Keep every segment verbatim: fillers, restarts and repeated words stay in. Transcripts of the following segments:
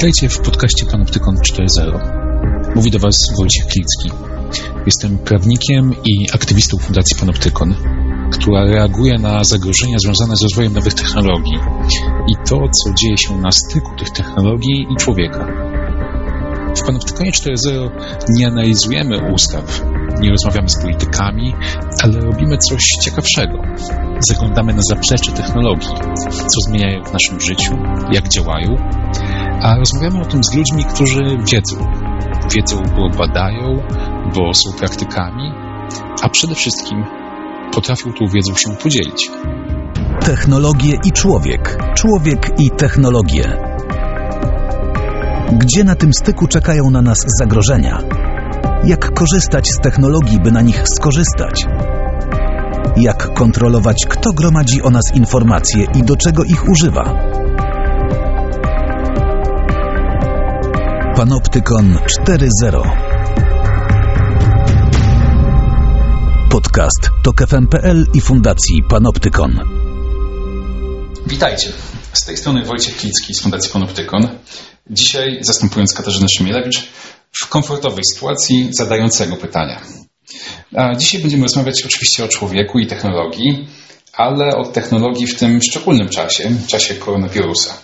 Witajcie w podcaście Panoptykon cztery zero. Mówi do Was Wojciech Klicki. Jestem prawnikiem i aktywistą Fundacji Panoptykon, która reaguje na zagrożenia związane z rozwojem nowych technologii i to, co dzieje się na styku tych technologii i człowieka. W Panoptykonie cztery zero nie analizujemy ustaw, nie rozmawiamy z politykami, ale robimy coś ciekawszego. Zaglądamy na zaplecze technologii, co zmieniają w naszym życiu, jak działają, a rozmawiamy o tym z ludźmi, którzy wiedzą. Wiedzą, bo badają, bo są praktykami, a przede wszystkim potrafią tą wiedzą się podzielić. Technologie i człowiek. Człowiek i technologie. Gdzie na tym styku czekają na nas zagrożenia? Jak korzystać z technologii, by na nich skorzystać? Jak kontrolować, kto gromadzi o nas informacje i do czego ich używa? Panoptykon cztery zero. Podcast Tok F M kropka P L i Fundacji Panoptykon. Witajcie. Z tej strony Wojciech Klicki z Fundacji Panoptykon. Dzisiaj zastępując Katarzynę Szymielewicz w komfortowej sytuacji zadającego pytania. A dzisiaj będziemy rozmawiać oczywiście o człowieku i technologii, ale o technologii w tym szczególnym czasie, czasie koronawirusa.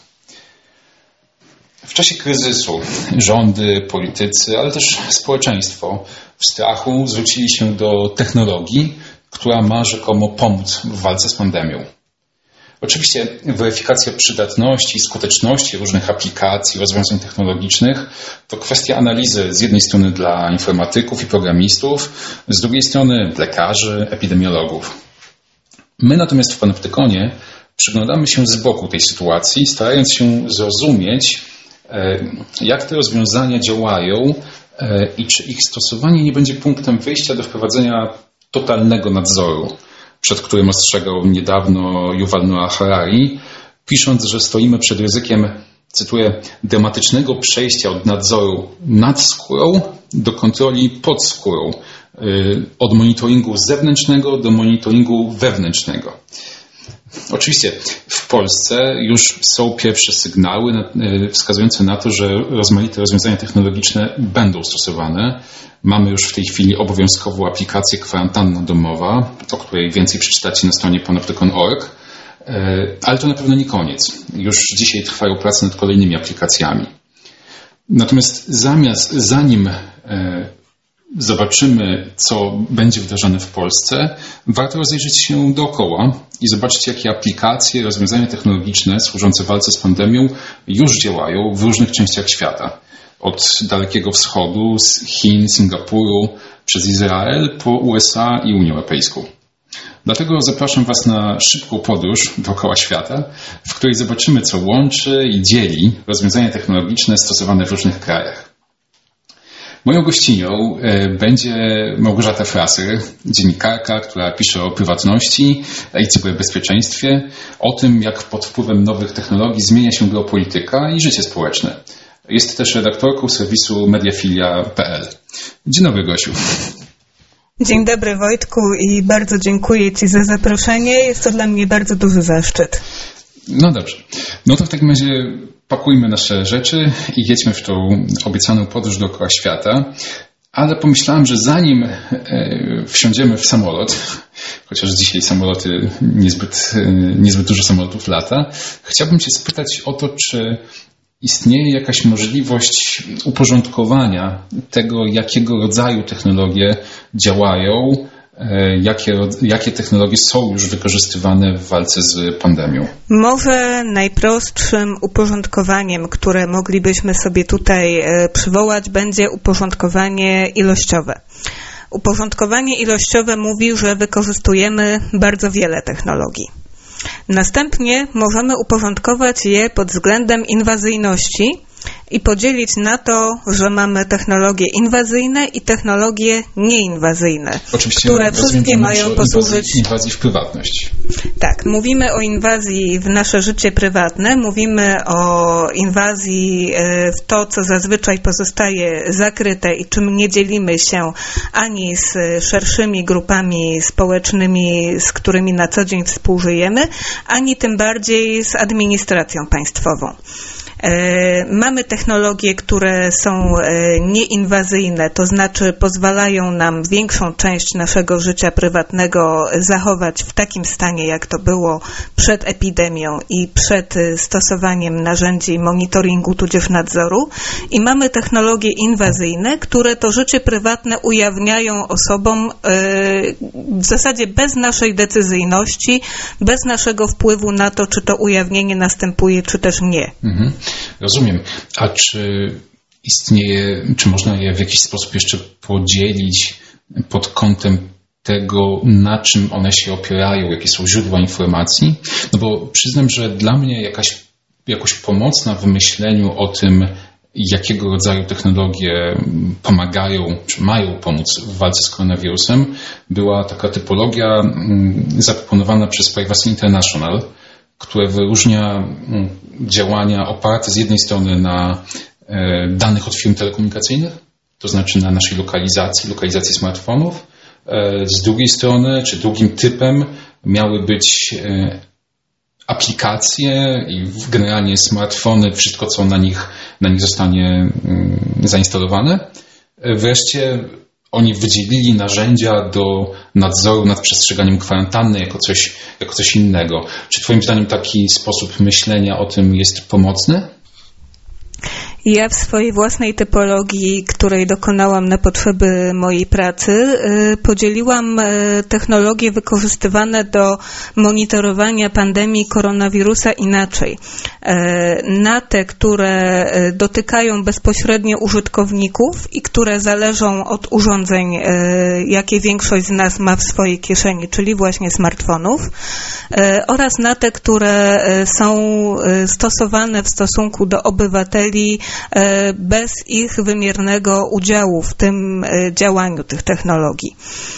W czasie kryzysu rządy, politycy, ale też społeczeństwo w strachu zwrócili się do technologii, która ma rzekomo pomóc w walce z pandemią. Oczywiście weryfikacja przydatności i skuteczności różnych aplikacji, rozwiązań technologicznych to kwestia analizy z jednej strony dla informatyków i programistów, z drugiej strony lekarzy, epidemiologów. My natomiast w Panoptykonie przyglądamy się z boku tej sytuacji, starając się zrozumieć, jak te rozwiązania działają i czy ich stosowanie nie będzie punktem wyjścia do wprowadzenia totalnego nadzoru, przed którym ostrzegał niedawno Yuval Noah Harari, pisząc, że stoimy przed ryzykiem, cytuję, dramatycznego przejścia od nadzoru nad skórą do kontroli pod skórą, od monitoringu zewnętrznego do monitoringu wewnętrznego. Oczywiście w Polsce już są pierwsze sygnały wskazujące na to, że rozmaite rozwiązania technologiczne będą stosowane. Mamy już w tej chwili obowiązkową aplikację kwarantanna domowa, o której więcej przeczytacie na stronie panoptykon kropka org, ale to na pewno nie koniec. Już dzisiaj trwają prace nad kolejnymi aplikacjami. Natomiast zamiast, zanim zobaczymy, co będzie wdrażane w Polsce, warto rozejrzeć się dookoła i zobaczyć, jakie aplikacje, rozwiązania technologiczne służące walce z pandemią już działają w różnych częściach świata. Od Dalekiego Wschodu, z Chin, Singapuru, przez Izrael, po U S A i Unię Europejską. Dlatego zapraszam Was na szybką podróż dookoła świata, w której zobaczymy, co łączy i dzieli rozwiązania technologiczne stosowane w różnych krajach. Moją gościnią będzie Małgorzata Fraser, dziennikarka, która pisze o prywatności i cyberbezpieczeństwie, o tym, jak pod wpływem nowych technologii zmienia się geopolityka i życie społeczne. Jest też redaktorką serwisu mediafilia kropka P L. Dzień dobry, Gosiu. Dzień dobry, Wojtku, i bardzo dziękuję Ci za zaproszenie. Jest to dla mnie bardzo duży zaszczyt. No dobrze. No to w takim razie pakujmy nasze rzeczy i jedźmy w tą obiecaną podróż dookoła świata. Ale pomyślałem, że zanim wsiądziemy w samolot, chociaż dzisiaj samoloty, niezbyt, niezbyt dużo samolotów lata, chciałbym Cię spytać o to, czy istnieje jakaś możliwość uporządkowania tego, jakiego rodzaju technologie działają, jakie, jakie technologie są już wykorzystywane w walce z pandemią? Może najprostszym uporządkowaniem, które moglibyśmy sobie tutaj przywołać, będzie uporządkowanie ilościowe. Uporządkowanie ilościowe mówi, że wykorzystujemy bardzo wiele technologii. Następnie możemy uporządkować je pod względem inwazyjności i podzielić na to, że mamy technologie inwazyjne i technologie nieinwazyjne, Oczywiście które wszystkie mają posłużyć... inwazji w prywatność. Tak, mówimy o inwazji w nasze życie prywatne, mówimy o inwazji w to, co zazwyczaj pozostaje zakryte i czym nie dzielimy się ani z szerszymi grupami społecznymi, z którymi na co dzień współżyjemy, ani tym bardziej z administracją państwową. Mamy technologie, które są nieinwazyjne, to znaczy pozwalają nam większą część naszego życia prywatnego zachować w takim stanie, jak to było przed epidemią i przed stosowaniem narzędzi monitoringu tudzież nadzoru. I mamy technologie inwazyjne, które to życie prywatne ujawniają osobom w zasadzie bez naszej decyzyjności, bez naszego wpływu na to, czy to ujawnienie następuje, czy też nie. Mhm, rozumiem. A czy istnieje, czy można je w jakiś sposób jeszcze podzielić pod kątem tego, na czym one się opierają, jakie są źródła informacji? No bo przyznam, że dla mnie jakaś, jakoś pomocna w myśleniu o tym, jakiego rodzaju technologie pomagają, czy mają pomóc w walce z koronawirusem, była taka typologia zaproponowana przez Privacy International, które wyróżnia działania oparte z jednej strony na danych od firm telekomunikacyjnych, to znaczy na naszej lokalizacji, lokalizacji smartfonów. Z drugiej strony, czy drugim typem miały być aplikacje i generalnie smartfony, wszystko co na nich, na nich zostanie zainstalowane. Wreszcie oni wydzielili narzędzia do nadzoru nad przestrzeganiem kwarantanny jako coś, jako coś innego. Czy Twoim zdaniem taki sposób myślenia o tym jest pomocny? Ja w swojej własnej typologii, której dokonałam na potrzeby mojej pracy, podzieliłam technologie wykorzystywane do monitorowania pandemii koronawirusa inaczej. Na te, które dotykają bezpośrednio użytkowników i które zależą od urządzeń, jakie większość z nas ma w swojej kieszeni, czyli właśnie smartfonów, oraz na te, które są stosowane w stosunku do obywateli bez ich wymiernego udziału w tym działaniu tych technologii.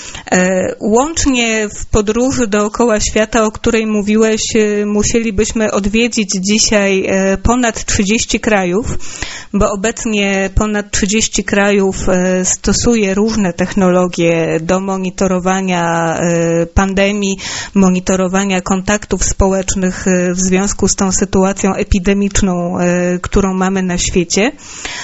Łącznie w podróży dookoła świata, o której mówiłeś, musielibyśmy odwiedzić dzisiaj ponad trzydzieści krajów, bo obecnie ponad trzydzieści krajów stosuje różne technologie do monitorowania pandemii, monitorowania kontaktów społecznych w związku z tą sytuacją epidemiczną, którą mamy na świecie.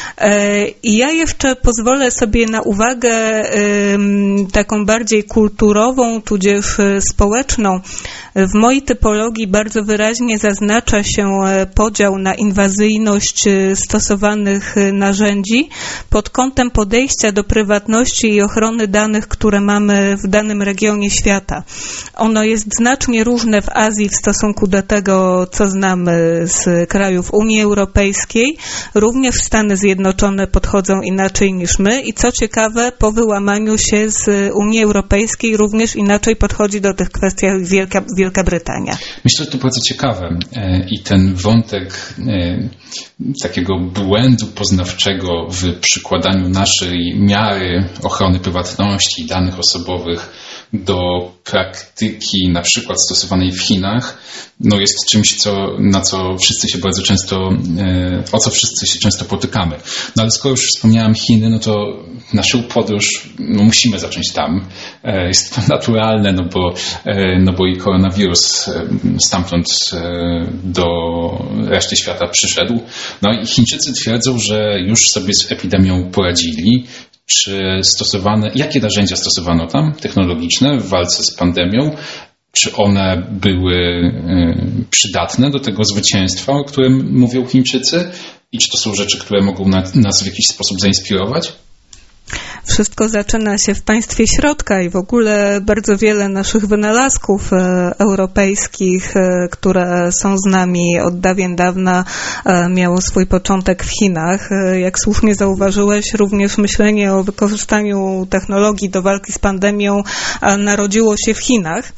I ja jeszcze pozwolę sobie na uwagę taką bardziej kulturową, tudzież społeczną. W mojej typologii bardzo wyraźnie zaznacza się podział na inwazyjność stosowanych narzędzi pod kątem podejścia do prywatności i ochrony danych, które mamy w danym regionie świata. Ono jest znacznie różne w Azji w stosunku do tego, co znamy z krajów Unii Europejskiej. Również Stany Zjednoczone podchodzą inaczej niż my i co ciekawe, po wyłamaniu się z Unii Europejskiej również inaczej podchodzi do tych kwestii Wielka, Wielka Brytania. Myślę, że to bardzo ciekawe i ten wątek takiego błędu poznawczego w przykładaniu naszej miary ochrony prywatności i danych osobowych do praktyki na przykład stosowanej w Chinach, no jest czymś, co, na co wszyscy się bardzo często, o co wszyscy się często potykamy. No ale skoro już wspomniałem Chiny, no to naszą podróż no musimy zacząć tam. Jest to naturalne, no bo, no bo i koronawirus stamtąd do reszty świata przyszedł. No i Chińczycy twierdzą, że już sobie z epidemią poradzili. Czy stosowane, jakie narzędzia stosowano tam, technologiczne, w walce z pandemią? Czy one były przydatne do tego zwycięstwa, o którym mówią Chińczycy? I czy to są rzeczy, które mogą nas w jakiś sposób zainspirować? Wszystko zaczyna się w państwie środka i w ogóle bardzo wiele naszych wynalazków europejskich, które są z nami od dawien dawna, miało swój początek w Chinach. Jak słusznie zauważyłeś, również myślenie o wykorzystaniu technologii do walki z pandemią narodziło się w Chinach.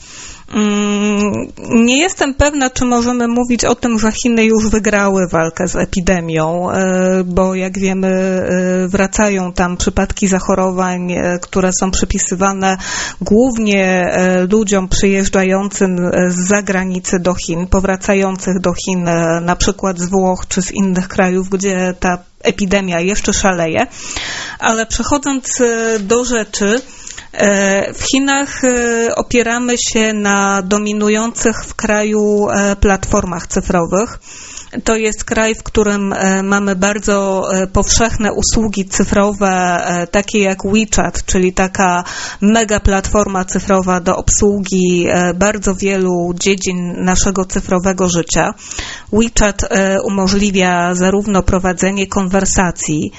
Nie jestem pewna, czy możemy mówić o tym, że Chiny już wygrały walkę z epidemią, bo jak wiemy, wracają tam przypadki zachorowań, które są przypisywane głównie ludziom przyjeżdżającym z zagranicy do Chin, powracających do Chin na przykład z Włoch czy z innych krajów, gdzie ta epidemia jeszcze szaleje. Ale przechodząc do rzeczy, w Chinach opieramy się na dominujących w kraju platformach cyfrowych. To jest kraj, w którym mamy bardzo powszechne usługi cyfrowe, takie jak WeChat, czyli taka mega platforma cyfrowa do obsługi bardzo wielu dziedzin naszego cyfrowego życia. WeChat umożliwia zarówno prowadzenie konwersacji,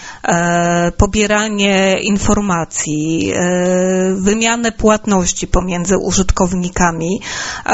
pobieranie informacji, wymianę płatności pomiędzy użytkownikami.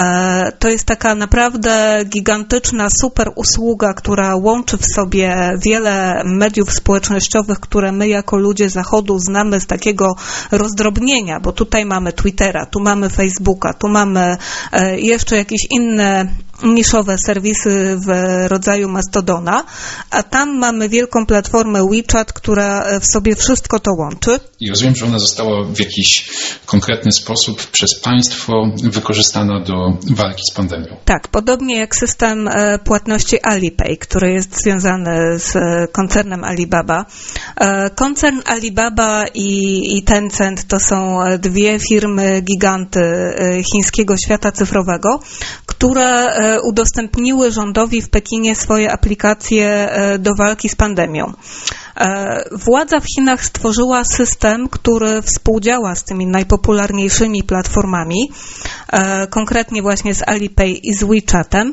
To jest taka naprawdę gigantyczna, super usługa, która łączy w sobie wiele mediów społecznościowych, które my jako ludzie Zachodu znamy z takiego rozdrobnienia, bo tutaj mamy Twittera, tu mamy Facebooka, tu mamy jeszcze jakieś inne niszowe serwisy w rodzaju Mastodona, a tam mamy wielką platformę WeChat, która w sobie wszystko to łączy. I rozumiem, że ona została w jakiś konkretny sposób przez państwo wykorzystana do walki z pandemią. Tak, podobnie jak system płatności Alipay, który jest związany z koncernem Alibaba. Koncern Alibaba i, i Tencent to są dwie firmy giganty chińskiego świata cyfrowego, które udostępniły rządowi w Pekinie swoje aplikacje do walki z pandemią. Władza w Chinach stworzyła system, który współdziała z tymi najpopularniejszymi platformami, konkretnie właśnie z Alipay i z WeChatem.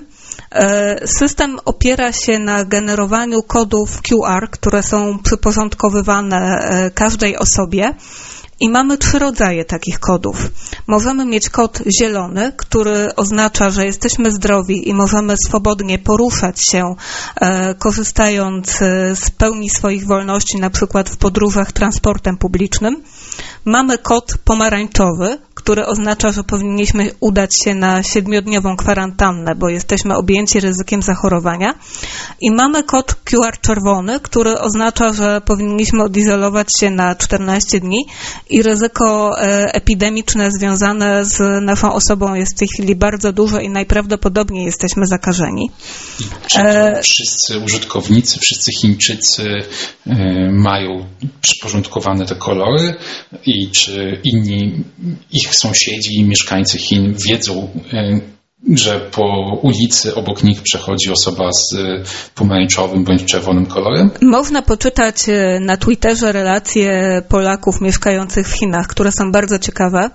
System opiera się na generowaniu kodów Q R, które są przyporządkowywane każdej osobie. I mamy trzy rodzaje takich kodów. Możemy mieć kod zielony, który oznacza, że jesteśmy zdrowi i możemy swobodnie poruszać się, e, korzystając z pełni swoich wolności, na przykład w podróżach transportem publicznym. Mamy kod pomarańczowy, który oznacza, że powinniśmy udać się na siedmiodniową kwarantannę, bo jesteśmy objęci ryzykiem zachorowania. I mamy kod Q R czerwony, który oznacza, że powinniśmy odizolować się na czternaście dni i ryzyko epidemiczne związane z naszą osobą jest w tej chwili bardzo duże i najprawdopodobniej jesteśmy zakażeni. Czy e... wszyscy użytkownicy, wszyscy Chińczycy e, mają przyporządkowane te kolory i czy inni ich sąsiedzi i mieszkańcy Chin wiedzą, że po ulicy obok nich przechodzi osoba z pomarańczowym bądź czerwonym kolorem? Można poczytać na Twitterze relacje Polaków mieszkających w Chinach, które są bardzo ciekawe.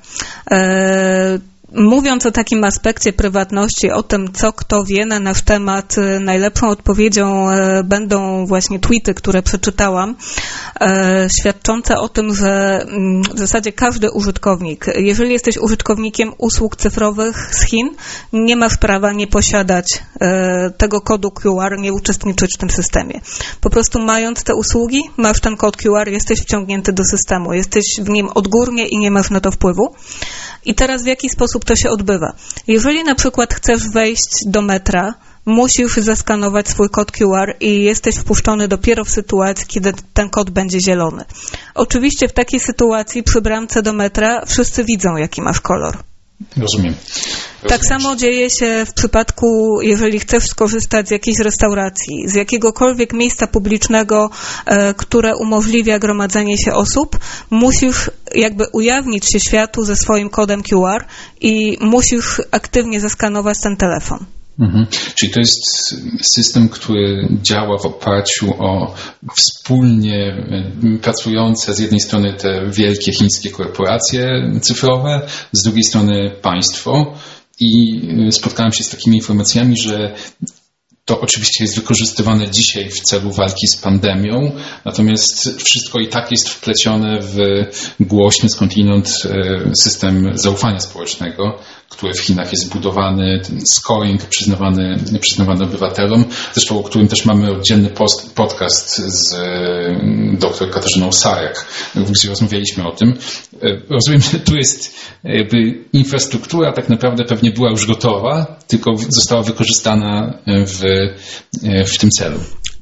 Mówiąc o takim aspekcie prywatności, o tym, co kto wie na nasz temat, najlepszą odpowiedzią będą właśnie tweety, które przeczytałam, świadczące o tym, że w zasadzie każdy użytkownik, jeżeli jesteś użytkownikiem usług cyfrowych z Chin, nie masz prawa nie posiadać tego kodu Q R, nie uczestniczyć w tym systemie. Po prostu mając te usługi, masz ten kod Q R, jesteś wciągnięty do systemu, jesteś w nim odgórnie i nie masz na to wpływu. I teraz w jaki sposób to się odbywa? Jeżeli na przykład chcesz wejść do metra, musisz zeskanować swój kod Q R i jesteś wpuszczony dopiero w sytuacji, kiedy ten kod będzie zielony. Oczywiście w takiej sytuacji przy bramce do metra wszyscy widzą, jaki masz kolor. Rozumiem. Tak samo dzieje się w przypadku, jeżeli chcesz skorzystać z jakiejś restauracji, z jakiegokolwiek miejsca publicznego, e, które umożliwia gromadzenie się osób, musisz jakby ujawnić się światu ze swoim kodem Q R i musisz aktywnie zeskanować ten telefon. Mhm. Czyli to jest system, który działa w oparciu o wspólnie pracujące z jednej strony te wielkie chińskie korporacje cyfrowe, z drugiej strony państwo. I spotkałem się z takimi informacjami, że to oczywiście jest wykorzystywane dzisiaj w celu walki z pandemią, natomiast wszystko i tak jest wplecione w głośny skądinąd system zaufania społecznego, który w Chinach jest zbudowany, ten scoring przyznawany, przyznawany obywatelom, zresztą o którym też mamy oddzielny post, podcast z dr Katarzyną Sarek, gdzie rozmawialiśmy o tym. Rozumiem, że tu jest jakby infrastruktura tak naprawdę pewnie była już gotowa, tylko została wykorzystana w, w tym celu.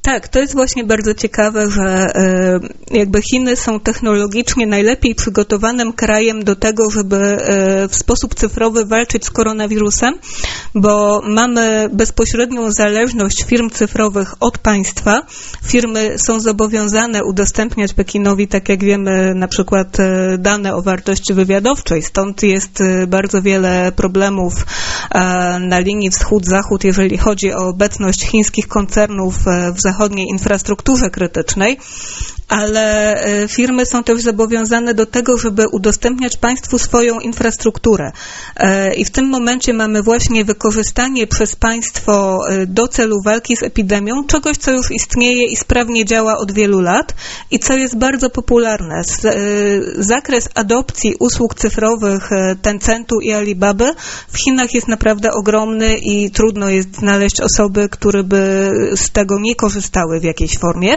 Tak, to jest właśnie bardzo ciekawe, że jakby Chiny są technologicznie najlepiej przygotowanym krajem do tego, żeby w sposób cyfrowy walczyć z koronawirusem, bo mamy bezpośrednią zależność firm cyfrowych od państwa. Firmy są zobowiązane udostępniać Pekinowi, tak jak wiemy, na przykład dane o wartości wywiadowczej. Stąd jest bardzo wiele problemów na linii wschód-zachód, jeżeli chodzi o obecność chińskich koncernów w zachodniej infrastrukturze krytycznej, ale firmy są też zobowiązane do tego, żeby udostępniać państwu swoją infrastrukturę. I w tym momencie mamy właśnie wykorzystanie przez państwo do celu walki z epidemią czegoś, co już istnieje i sprawnie działa od wielu lat i co jest bardzo popularne. Zakres adopcji usług cyfrowych Tencentu i Alibaby w Chinach jest naprawdę ogromny i trudno jest znaleźć osoby, które by z tego nie korzystały w jakiejś formie.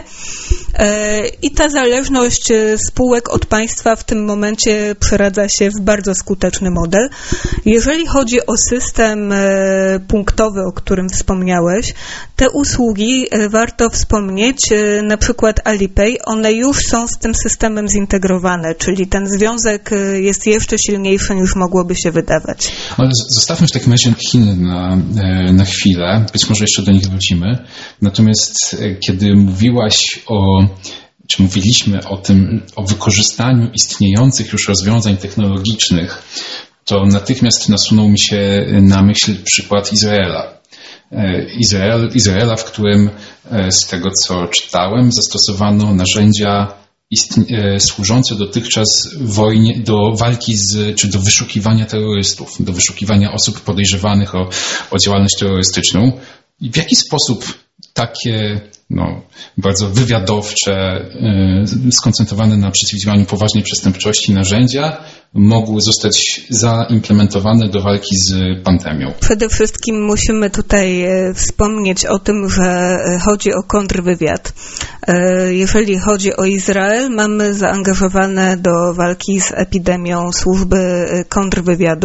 I ta zależność spółek od państwa w tym momencie przeradza się w bardzo skuteczny model. Jeżeli chodzi o system punktowy, o którym wspomniałeś, te usługi, warto wspomnieć, na przykład Alipay, one już są z tym systemem zintegrowane, czyli ten związek jest jeszcze silniejszy niż mogłoby się wydawać. Ale zostawmy w takim razie Chiny na, na chwilę, być może jeszcze do nich wrócimy. Natomiast kiedy mówiłaś o czy mówiliśmy o tym, o wykorzystaniu istniejących już rozwiązań technologicznych, to natychmiast nasunął mi się na myśl przykład Izraela. Izrael, Izraela, w którym z tego, co czytałem, zastosowano narzędzia istnie, służące dotychczas wojnie, do walki z, czy do wyszukiwania terrorystów, do wyszukiwania osób podejrzewanych o, o działalność terrorystyczną. I w jaki sposób takie no, bardzo wywiadowcze, yy, skoncentrowane na przeciwdziałaniu poważnej przestępczości narzędzia mogły zostać zaimplementowane do walki z pandemią? Przede wszystkim musimy tutaj wspomnieć o tym, że chodzi o kontrwywiad. Jeżeli chodzi o Izrael, mamy zaangażowane do walki z epidemią służby kontrwywiadu.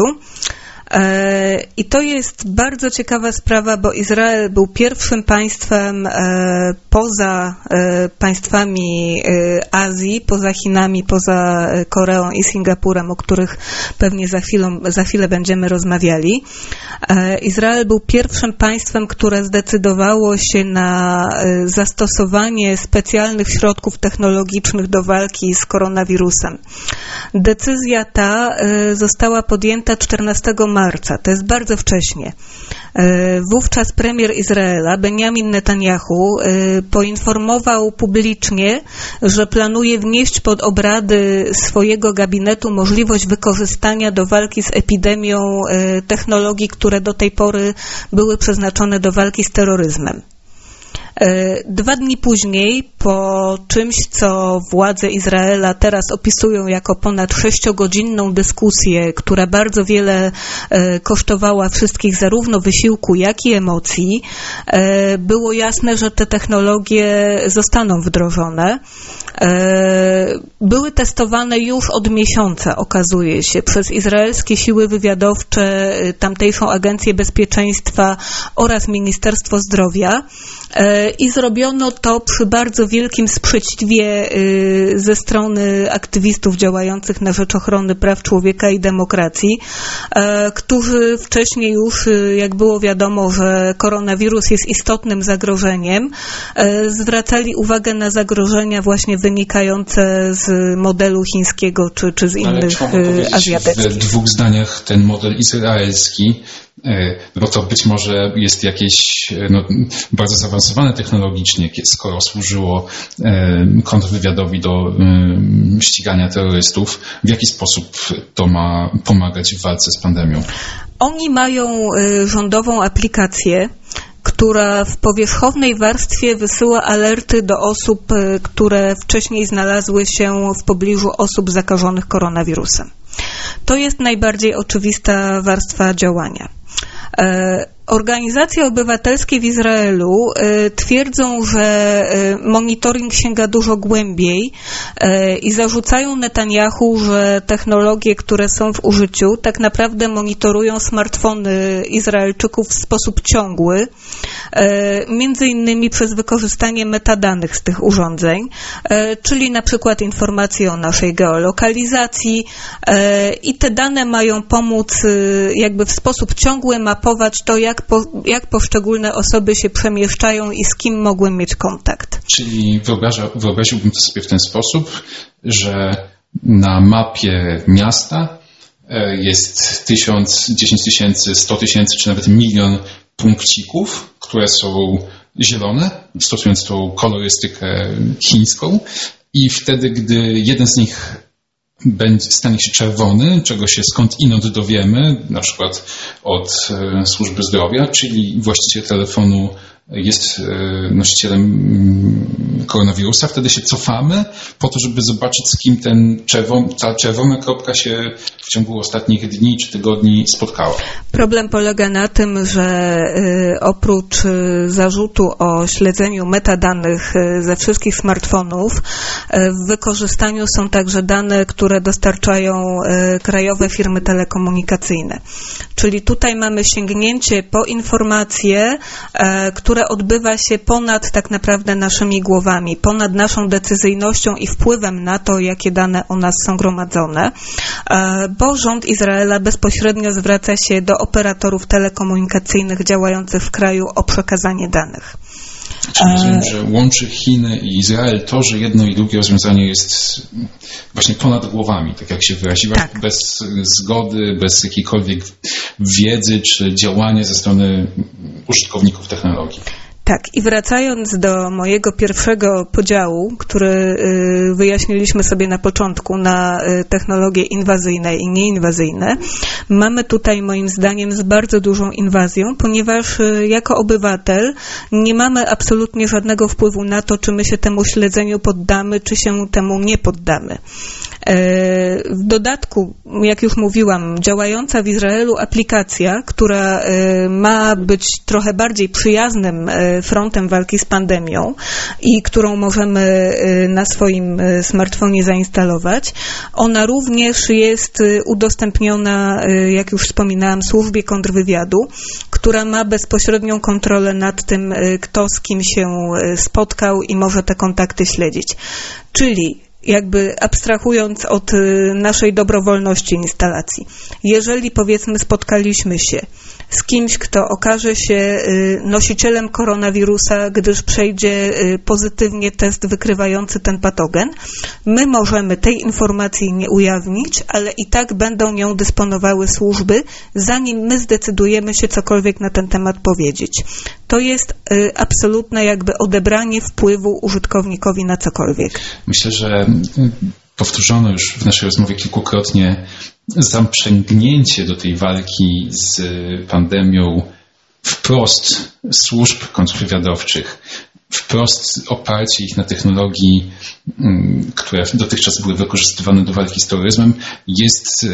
I to jest bardzo ciekawa sprawa, bo Izrael był pierwszym państwem poza państwami Azji, poza Chinami, poza Koreą i Singapurem, o których pewnie za chwilę, za chwilę będziemy rozmawiali. Izrael był pierwszym państwem, które zdecydowało się na zastosowanie specjalnych środków technologicznych do walki z koronawirusem. Decyzja ta została podjęta czternastego marca. To jest bardzo wcześnie. Wówczas premier Izraela, Benjamin Netanyahu, poinformował publicznie, że planuje wnieść pod obrady swojego gabinetu możliwość wykorzystania do walki z epidemią technologii, które do tej pory były przeznaczone do walki z terroryzmem. Dwa dni później, po czymś, co władze Izraela teraz opisują jako ponad sześciogodzinną dyskusję, która bardzo wiele kosztowała wszystkich zarówno wysiłku, jak i emocji, było jasne, że te technologie zostaną wdrożone. Były testowane już od miesiąca, okazuje się, przez izraelskie siły wywiadowcze, tamtejszą Agencję Bezpieczeństwa oraz Ministerstwo Zdrowia. I zrobiono to przy bardzo wielkim sprzeciwie ze strony aktywistów działających na rzecz ochrony praw człowieka i demokracji, którzy wcześniej już, jak było wiadomo, że koronawirus jest istotnym zagrożeniem, zwracali uwagę na zagrożenia właśnie wynikające z modelu chińskiego czy, czy z innych azjatyckich. W dwóch zdaniach ten model izraelski, bo to być może jest jakieś no, bardzo zaawansowane technologicznie, skoro służyło kontrwywiadowi do ścigania terrorystów. W jaki sposób to ma pomagać w walce z pandemią? Oni mają rządową aplikację, która w powierzchownej warstwie wysyła alerty do osób, które wcześniej znalazły się w pobliżu osób zakażonych koronawirusem. To jest najbardziej oczywista warstwa działania. Organizacje obywatelskie w Izraelu y, twierdzą, że y, monitoring sięga dużo głębiej y, i zarzucają Netanyahu, że technologie, które są w użyciu, tak naprawdę monitorują smartfony Izraelczyków w sposób ciągły, y, między innymi przez wykorzystanie metadanych z tych urządzeń, y, czyli na przykład informacje o naszej geolokalizacji y, i te dane mają pomóc y, jakby w sposób ciągły mapować to, jak Jak, po, jak poszczególne osoby się przemieszczają i z kim mogłem mieć kontakt. Czyli wyobraża, wyobraziłbym to sobie w ten sposób, że na mapie miasta jest tysiąc, dziesięć tysięcy, sto tysięcy, czy nawet milion punkcików, które są zielone, stosując tą kolorystykę chińską, i wtedy, gdy jeden z nich będzie, stanie się czerwony, czego się skąd inąd dowiemy, na przykład od e, służby zdrowia, czyli właściciel telefonu jest e, nosicielem koronawirusa, wtedy się cofamy po to, żeby zobaczyć, z kim ten czerwon, ta czerwona kropka się w ciągu ostatnich dni czy tygodni spotkała. Problem polega na tym, że y, oprócz y, zarzutu o śledzeniu metadanych y, ze wszystkich smartfonów, y, w wykorzystaniu są także dane, które dostarczają y, krajowe firmy telekomunikacyjne. Czyli tutaj mamy sięgnięcie po informacje, y, które odbywa się ponad tak naprawdę naszymi głowami, ponad naszą decyzyjnością i wpływem na to, jakie dane o nas są gromadzone, y, bo rząd Izraela bezpośrednio zwraca się do operatorów telekomunikacyjnych działających w kraju o przekazanie danych. Czyli rozumiem, że łączy Chiny i Izrael to, że jedno i drugie rozwiązanie jest właśnie ponad głowami, tak jak się wyraziłaś, tak. Bez zgody, bez jakiejkolwiek wiedzy czy działania ze strony użytkowników technologii. Tak, i wracając do mojego pierwszego podziału, który wyjaśniliśmy sobie na początku na technologie inwazyjne i nieinwazyjne, mamy tutaj moim zdaniem z bardzo dużą inwazją, ponieważ jako obywatel nie mamy absolutnie żadnego wpływu na to, czy my się temu śledzeniu poddamy, czy się temu nie poddamy. W dodatku, jak już mówiłam, działająca w Izraelu aplikacja, która ma być trochę bardziej przyjaznym frontem walki z pandemią i którą możemy na swoim smartfonie zainstalować, ona również jest udostępniona, jak już wspominałam, służbie kontrwywiadu, która ma bezpośrednią kontrolę nad tym, kto z kim się spotkał i może te kontakty śledzić. Czyli jakby abstrahując od naszej dobrowolności instalacji. Jeżeli powiedzmy spotkaliśmy się z kimś, kto okaże się nosicielem koronawirusa, gdyż przejdzie pozytywnie test wykrywający ten patogen, my możemy tej informacji nie ujawnić, ale i tak będą nią dysponowały służby, zanim my zdecydujemy się cokolwiek na ten temat powiedzieć. To jest absolutne jakby odebranie wpływu użytkownikowi na cokolwiek. Myślę, że powtórzono już w naszej rozmowie kilkukrotnie zaprzęgnięcie do tej walki z pandemią wprost służb kontrwywiadowczych, wprost oparcie ich na technologii, które dotychczas były wykorzystywane do walki z terroryzmem, jest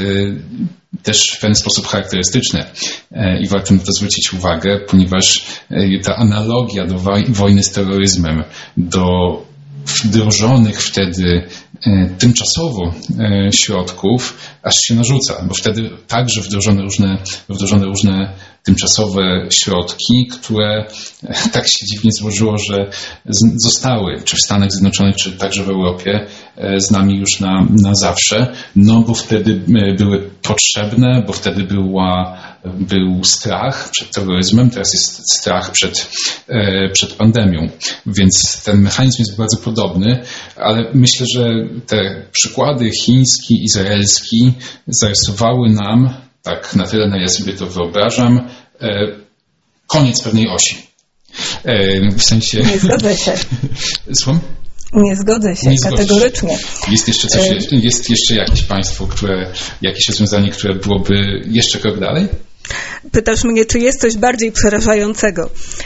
też w pewien sposób charakterystyczne i warto na to zwrócić uwagę, ponieważ ta analogia do wojny z terroryzmem, do wdrożonych wtedy tymczasowo środków, aż się narzuca, bo wtedy także wdrożone różne, wdrożone różne tymczasowe środki, które tak się dziwnie złożyło, że zostały, czy w Stanach Zjednoczonych, czy także w Europie, z nami już na, na zawsze, no bo wtedy były potrzebne, bo wtedy była, był strach przed terroryzmem, teraz jest strach przed, przed pandemią, więc ten mechanizm jest bardzo podobny, ale myślę, że te przykłady chiński, izraelski zarysowały nam, tak na tyle, na ile sobie to wyobrażam, koniec pewnej osi. W sensie... Nie zgodzę się. Słucham? Nie zgodzę się, Nie kategorycznie. Jest jeszcze coś, jest jeszcze jakieś państwo, które, jakieś rozwiązanie, które byłoby jeszcze krok dalej? Pytasz mnie, czy jest coś bardziej przerażającego?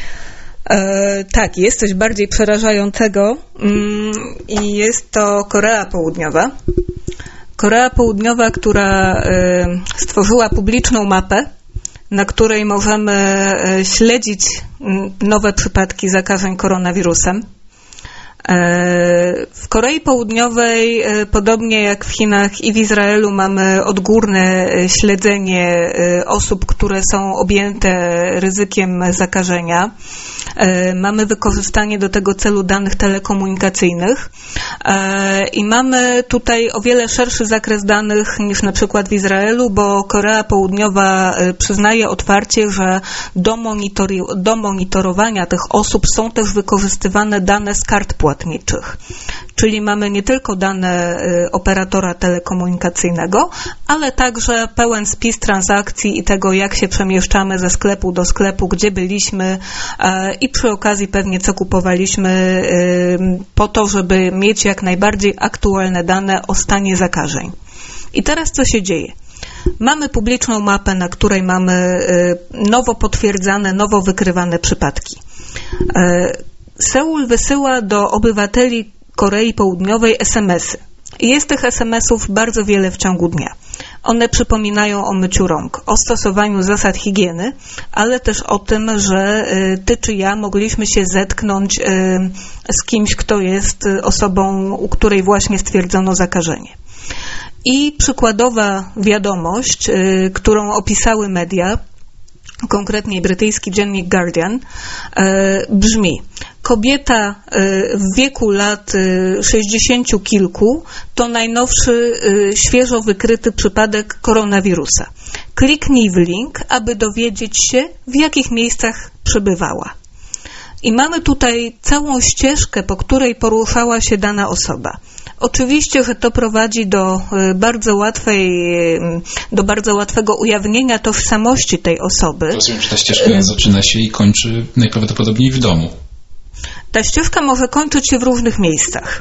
E, tak, jest coś bardziej przerażającego mm, i jest to Korea Południowa. Korea Południowa, która y, stworzyła publiczną mapę na której możemy śledzić nowe przypadki zakażeń koronawirusem. W Korei Południowej, podobnie jak w Chinach i w Izraelu, mamy odgórne śledzenie osób, które są objęte ryzykiem zakażenia. Mamy wykorzystanie do tego celu danych telekomunikacyjnych i mamy tutaj o wiele szerszy zakres danych niż na przykład w Izraelu, bo Korea Południowa przyznaje otwarcie, że do, monitori- do monitorowania tych osób są też wykorzystywane dane z kart płatniczych. Czyli mamy nie tylko dane operatora telekomunikacyjnego, ale także pełen spis transakcji i tego, jak się przemieszczamy ze sklepu do sklepu, gdzie byliśmy i przy okazji pewnie co kupowaliśmy po to, żeby mieć jak najbardziej aktualne dane o stanie zakażeń. I teraz co się dzieje? Mamy publiczną mapę, na której mamy nowo potwierdzane, nowo wykrywane przypadki. Seul wysyła do obywateli Korei Południowej es em esy. I jest tych es em esów bardzo wiele w ciągu dnia. One przypominają o myciu rąk, o stosowaniu zasad higieny, ale też o tym, że ty czy ja mogliśmy się zetknąć z kimś, kto jest osobą, u której właśnie stwierdzono zakażenie. I przykładowa wiadomość, którą opisały media, konkretnie brytyjski dziennik Guardian, brzmi: kobieta w wieku lat sześćdziesięciu kilku to najnowszy, świeżo wykryty przypadek koronawirusa. Kliknij w link, aby dowiedzieć się, w jakich miejscach przebywała. I mamy tutaj całą ścieżkę, po której poruszała się dana osoba. Oczywiście, że to prowadzi do bardzo łatwej, do bardzo łatwego ujawnienia tożsamości tej osoby. Rozumiem, że ta ścieżka zaczyna się i kończy najprawdopodobniej w domu. Ta ścieżka może kończyć się w różnych miejscach.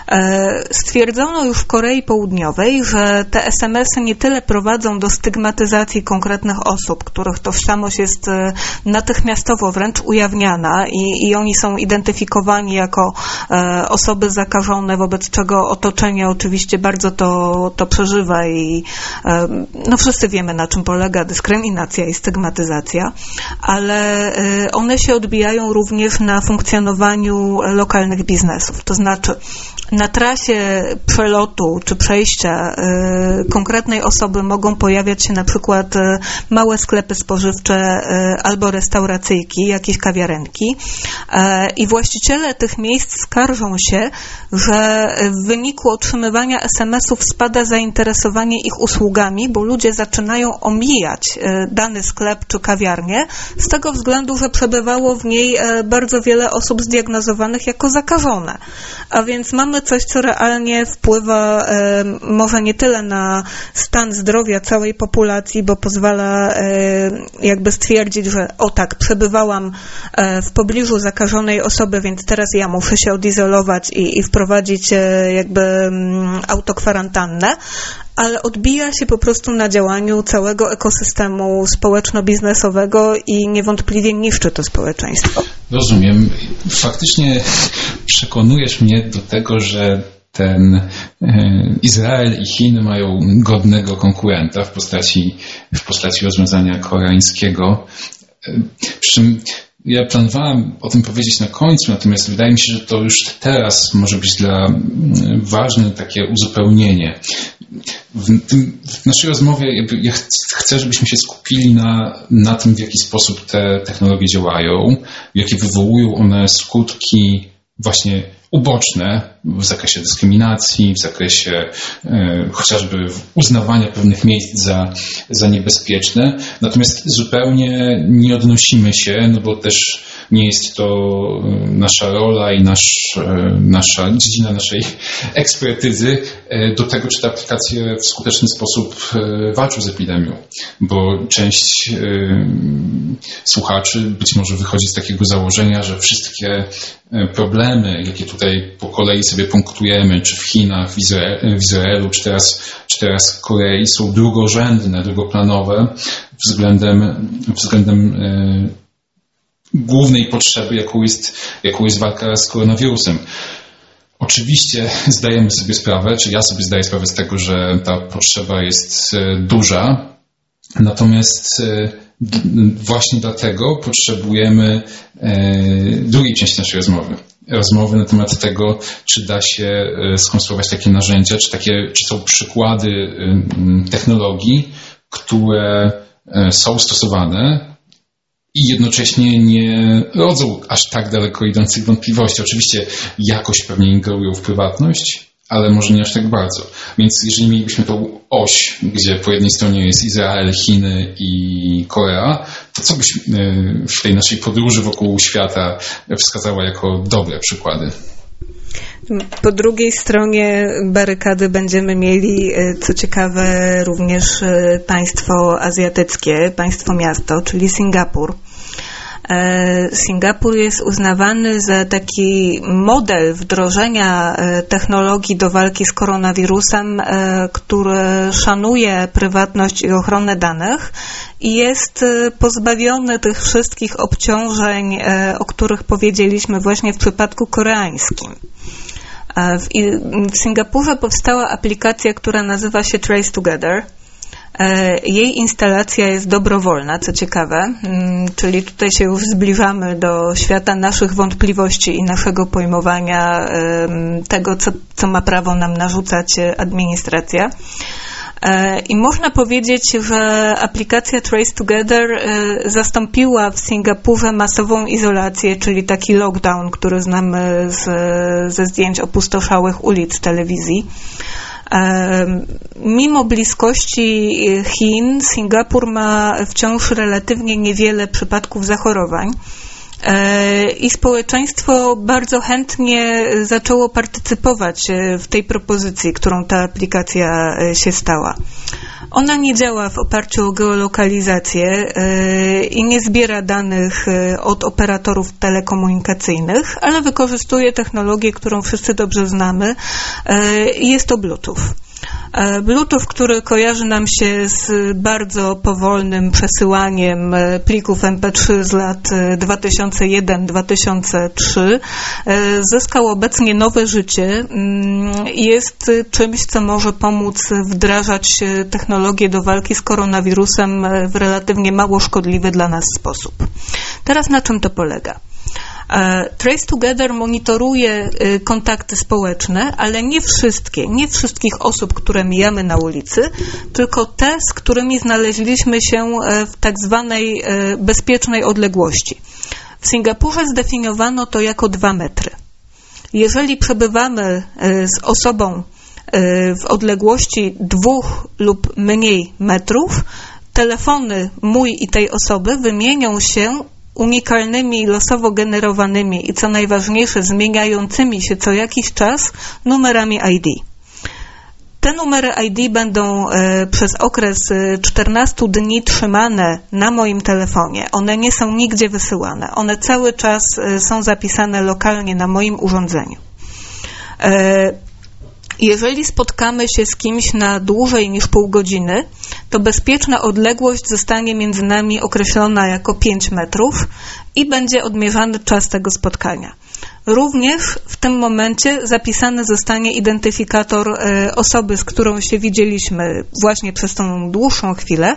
Stwierdzono już w Korei Południowej, że te es em esy nie tyle prowadzą do stygmatyzacji konkretnych osób, których tożsamość jest natychmiastowo wręcz ujawniana i, i oni są identyfikowani jako osoby zakażone, wobec czego otoczenie oczywiście bardzo to, to przeżywa i no wszyscy wiemy, na czym polega dyskryminacja i stygmatyzacja, ale one się odbijają również na funkcjonowaniu lokalnych biznesów. To znaczy na trasie przelotu czy przejścia y, konkretnej osoby mogą pojawiać się na przykład y, małe sklepy spożywcze y, albo restauracyjki, jakieś kawiarenki y, i właściciele tych miejsc skarżą się, że w wyniku otrzymywania es em esów spada zainteresowanie ich usługami, bo ludzie zaczynają omijać y, dany sklep czy kawiarnię z tego względu, że przebywało w niej y, bardzo wiele osób zdiagnozowanych jako zakażone. A więc mamy coś, co realnie wpływa e, może nie tyle na stan zdrowia całej populacji, bo pozwala e, jakby stwierdzić, że o tak, przebywałam e, w pobliżu zakażonej osoby, więc teraz ja muszę się odizolować i, i wprowadzić e, jakby m, autokwarantannę, ale odbija się po prostu na działaniu całego ekosystemu społeczno-biznesowego i niewątpliwie niszczy to społeczeństwo. Rozumiem. Faktycznie przekonujesz mnie do tego, że ten Izrael i Chiny mają godnego konkurenta w postaci, w postaci rozwiązania koreańskiego. Przy czym ja planowałem o tym powiedzieć na końcu, natomiast wydaje mi się, że to już teraz może być dla ważne takie uzupełnienie. W, tym, w naszej rozmowie jakby ja chcę, żebyśmy się skupili na, na tym, w jaki sposób te technologie działają, jakie wywołują one skutki właśnie uboczne w zakresie dyskryminacji, w zakresie e, chociażby uznawania pewnych miejsc za, za niebezpieczne. Natomiast zupełnie nie odnosimy się, no bo też nie jest to nasza rola i nasz, e, nasza dziedzina naszej ekspertyzy e, do tego, czy te aplikacje w skuteczny sposób e, walczą z epidemią. Bo część e, słuchaczy być może wychodzi z takiego założenia, że wszystkie problemy, jakie tutaj po kolei sobie punktujemy, czy w Chinach, w Izraelu, w Izraelu czy, teraz, czy teraz w Korei, są drugorzędne, drugoplanowe względem, względem e, głównej potrzeby, jaką jest, jaką jest walka z koronawirusem. Oczywiście zdajemy sobie sprawę, czy ja sobie zdaję sprawę z tego, że ta potrzeba jest duża, Natomiast właśnie dlatego potrzebujemy drugiej części naszej rozmowy. Rozmowy na temat tego, czy da się skonstruować takie narzędzia, czy, takie, czy są przykłady technologii, które są stosowane i jednocześnie nie rodzą aż tak daleko idących wątpliwości. Oczywiście jakoś pewnie ingerują w prywatność, ale może nie aż tak bardzo. Więc jeżeli mielibyśmy tą oś, gdzie po jednej stronie jest Izrael, Chiny i Korea, to co byś w tej naszej podróży wokół świata wskazała jako dobre przykłady? Po drugiej stronie barykady będziemy mieli, co ciekawe, również państwo azjatyckie, państwo miasto, czyli Singapur. Singapur jest uznawany za taki model wdrożenia technologii do walki z koronawirusem, który szanuje prywatność i ochronę danych i jest pozbawiony tych wszystkich obciążeń, o których powiedzieliśmy właśnie w przypadku koreańskim. W, w Singapurze powstała aplikacja, która nazywa się Trace Together. Jej instalacja jest dobrowolna, co ciekawe, czyli tutaj się już zbliżamy do świata naszych wątpliwości i naszego pojmowania tego, co, co ma prawo nam narzucać administracja. I można powiedzieć, że aplikacja Trace Together zastąpiła w Singapurze masową izolację, czyli taki lockdown, który znamy z, ze zdjęć opustoszałych ulic telewizji. Mimo bliskości Chin, Singapur ma wciąż relatywnie niewiele przypadków zachorowań i społeczeństwo bardzo chętnie zaczęło partycypować w tej propozycji, którą ta aplikacja się stała. Ona nie działa w oparciu o geolokalizację i nie zbiera danych od operatorów telekomunikacyjnych, ale wykorzystuje technologię, którą wszyscy dobrze znamy. Jest to Bluetooth. Bluetooth, który kojarzy nam się z bardzo powolnym przesyłaniem plików em pe trzy z lat dwa tysiące jeden do dwa tysiące trzy, zyskał obecnie nowe życie i jest czymś, co może pomóc wdrażać technologię do walki z koronawirusem w relatywnie mało szkodliwy dla nas sposób. Teraz na czym to polega? Trace Together monitoruje kontakty społeczne, ale nie wszystkie, nie wszystkich osób, które mijamy na ulicy, tylko te, z którymi znaleźliśmy się w tak zwanej bezpiecznej odległości. W Singapurze zdefiniowano to jako dwa metry. Jeżeli przebywamy z osobą w odległości dwóch lub mniej metrów, telefony mój i tej osoby wymienią się unikalnymi, losowo generowanymi i co najważniejsze zmieniającymi się co jakiś czas numerami I D. Te numery I D będą e, przez okres czternastu dni trzymane na moim telefonie. One nie są nigdzie wysyłane. One cały czas e, są zapisane lokalnie na moim urządzeniu. E, Jeżeli spotkamy się z kimś na dłużej niż pół godziny, to bezpieczna odległość zostanie między nami określona jako pięć metrów i będzie odmierzany czas tego spotkania. Również w tym momencie zapisany zostanie identyfikator osoby, z którą się widzieliśmy właśnie przez tą dłuższą chwilę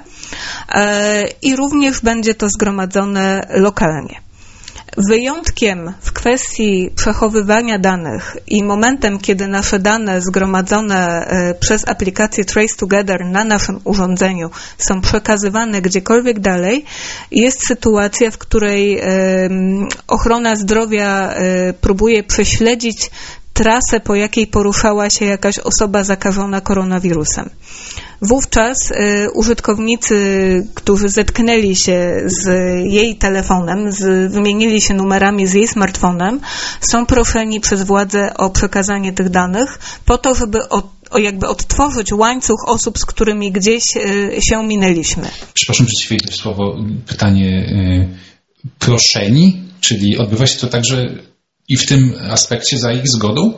i również będzie to zgromadzone lokalnie. Wyjątkiem w kwestii przechowywania danych i momentem, kiedy nasze dane zgromadzone przez aplikację Trace Together na naszym urządzeniu są przekazywane gdziekolwiek dalej, jest sytuacja, w której ochrona zdrowia próbuje prześledzić trasę, po jakiej poruszała się jakaś osoba zakażona koronawirusem. Wówczas y, użytkownicy, którzy zetknęli się z jej telefonem, z, wymienili się numerami z jej smartfonem, są proszeni przez władze o przekazanie tych danych po to, żeby od, o jakby odtworzyć łańcuch osób, z którymi gdzieś y, się minęliśmy. Przepraszam, że ci wejdę w słowo. Pytanie y, proszeni, czyli odbywa się to także i w tym aspekcie za ich zgodą?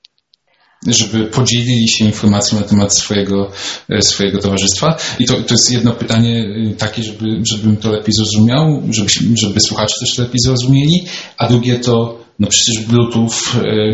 Żeby podzielili się informacją na temat swojego, swojego towarzystwa. I to, to jest jedno pytanie takie, żeby, żebym to lepiej zrozumiał, żeby, żeby słuchacze też lepiej zrozumieli, a drugie to, no przecież Bluetooth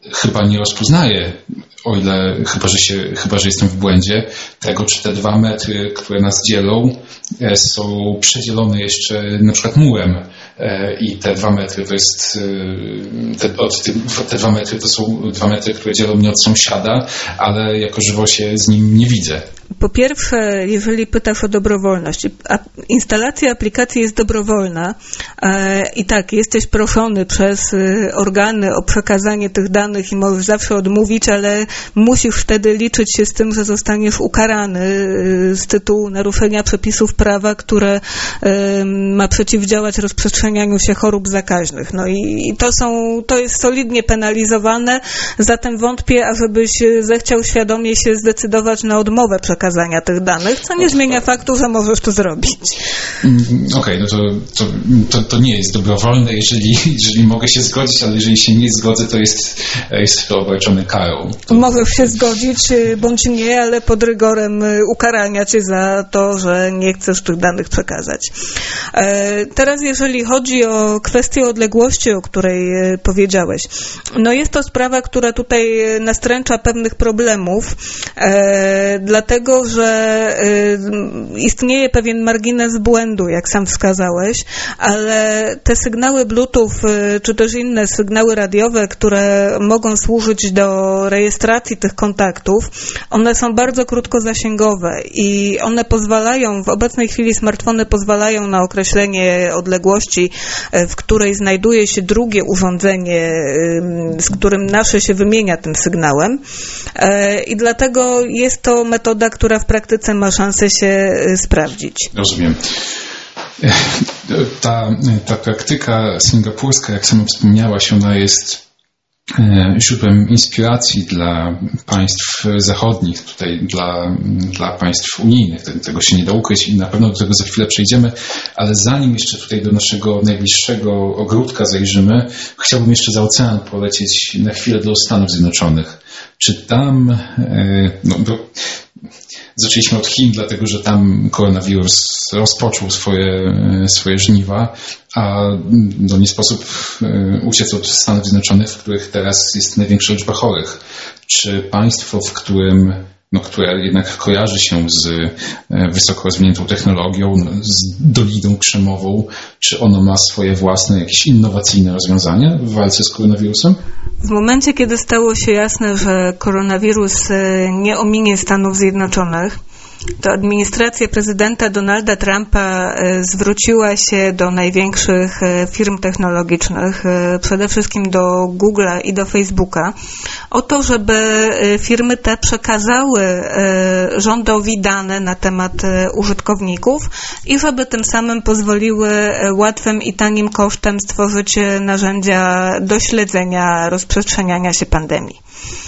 chyba nie rozpoznaje, o ile, chyba że, się, chyba, że jestem w błędzie, tego, czy te dwa metry, które nas dzielą, są przedzielone jeszcze na przykład murem i te dwa metry to jest, te, od, te dwa metry to są dwa metry, które dzielą mnie od sąsiada, ale jako żywo się z nim nie widzę. Po pierwsze, jeżeli pytasz o dobrowolność, instalacja aplikacji jest dobrowolna i tak, jesteś proszony przez organy o przekazanie tych danych i możesz zawsze odmówić, ale musisz wtedy liczyć się z tym, że zostaniesz ukarany z tytułu naruszenia przepisów prawa, które ma przeciwdziałać rozprzestrzenianiu się chorób zakaźnych. No i to są, to jest solidnie penalizowane, zatem wątpię, ażebyś zechciał świadomie się zdecydować na odmowę przekazania tych danych, co nie zmienia faktu, że możesz to zrobić. Okej, okay, no to, to, to, to nie jest dobrowolne, jeżeli, jeżeli mogę się zgodzić, ale jeżeli się nie zgodzę, to jest, jest to obarczone karą. To... Możesz się zgodzić, bądź nie, ale pod rygorem ukarania cię za to, że nie chcesz tych danych przekazać. Teraz jeżeli chodzi o kwestię odległości, o której powiedziałeś, no jest to sprawa, która tutaj nastręcza pewnych problemów, dlatego, że istnieje pewien margines błędu, jak sam wskazałeś, ale te sygnały Bluetooth, czy też inne sygnały radiowe, które mogą służyć do rejestracji tych kontaktów, one są bardzo krótkozasięgowe i one pozwalają, w obecnej chwili smartfony pozwalają na określenie odległości, w której znajduje się drugie urządzenie, z którym nasze się wymienia tym sygnałem i dlatego jest to metoda, która w praktyce ma szansę się sprawdzić. Rozumiem. Ta, ta praktyka singapurska, jak sama wspomniałaś, ona jest źródłem inspiracji dla państw zachodnich, tutaj dla, dla państw unijnych. Tego się nie da ukryć i na pewno do tego za chwilę przejdziemy, ale zanim jeszcze tutaj do naszego najbliższego ogródka zajrzymy, chciałbym jeszcze za ocean polecieć na chwilę do Stanów Zjednoczonych. Czy tam, no, bo zaczęliśmy od Chin, dlatego że tam koronawirus rozpoczął swoje, swoje żniwa, a no, nie sposób uciec od Stanów Zjednoczonych, w których teraz jest największa liczba chorych. Czy państwo, w którym, no, które jednak kojarzy się z wysoko rozwiniętą technologią, z Doliną Krzemową, czy ono ma swoje własne, jakieś innowacyjne rozwiązania w walce z koronawirusem? W momencie, kiedy stało się jasne, że koronawirus nie ominie Stanów Zjednoczonych, to administracja prezydenta Donalda Trumpa zwróciła się do największych firm technologicznych, przede wszystkim do Google'a i do Facebooka, o to, żeby firmy te przekazały rządowi dane na temat użytkowników i żeby tym samym pozwoliły łatwym i tanim kosztem stworzyć narzędzia do śledzenia rozprzestrzeniania się pandemii.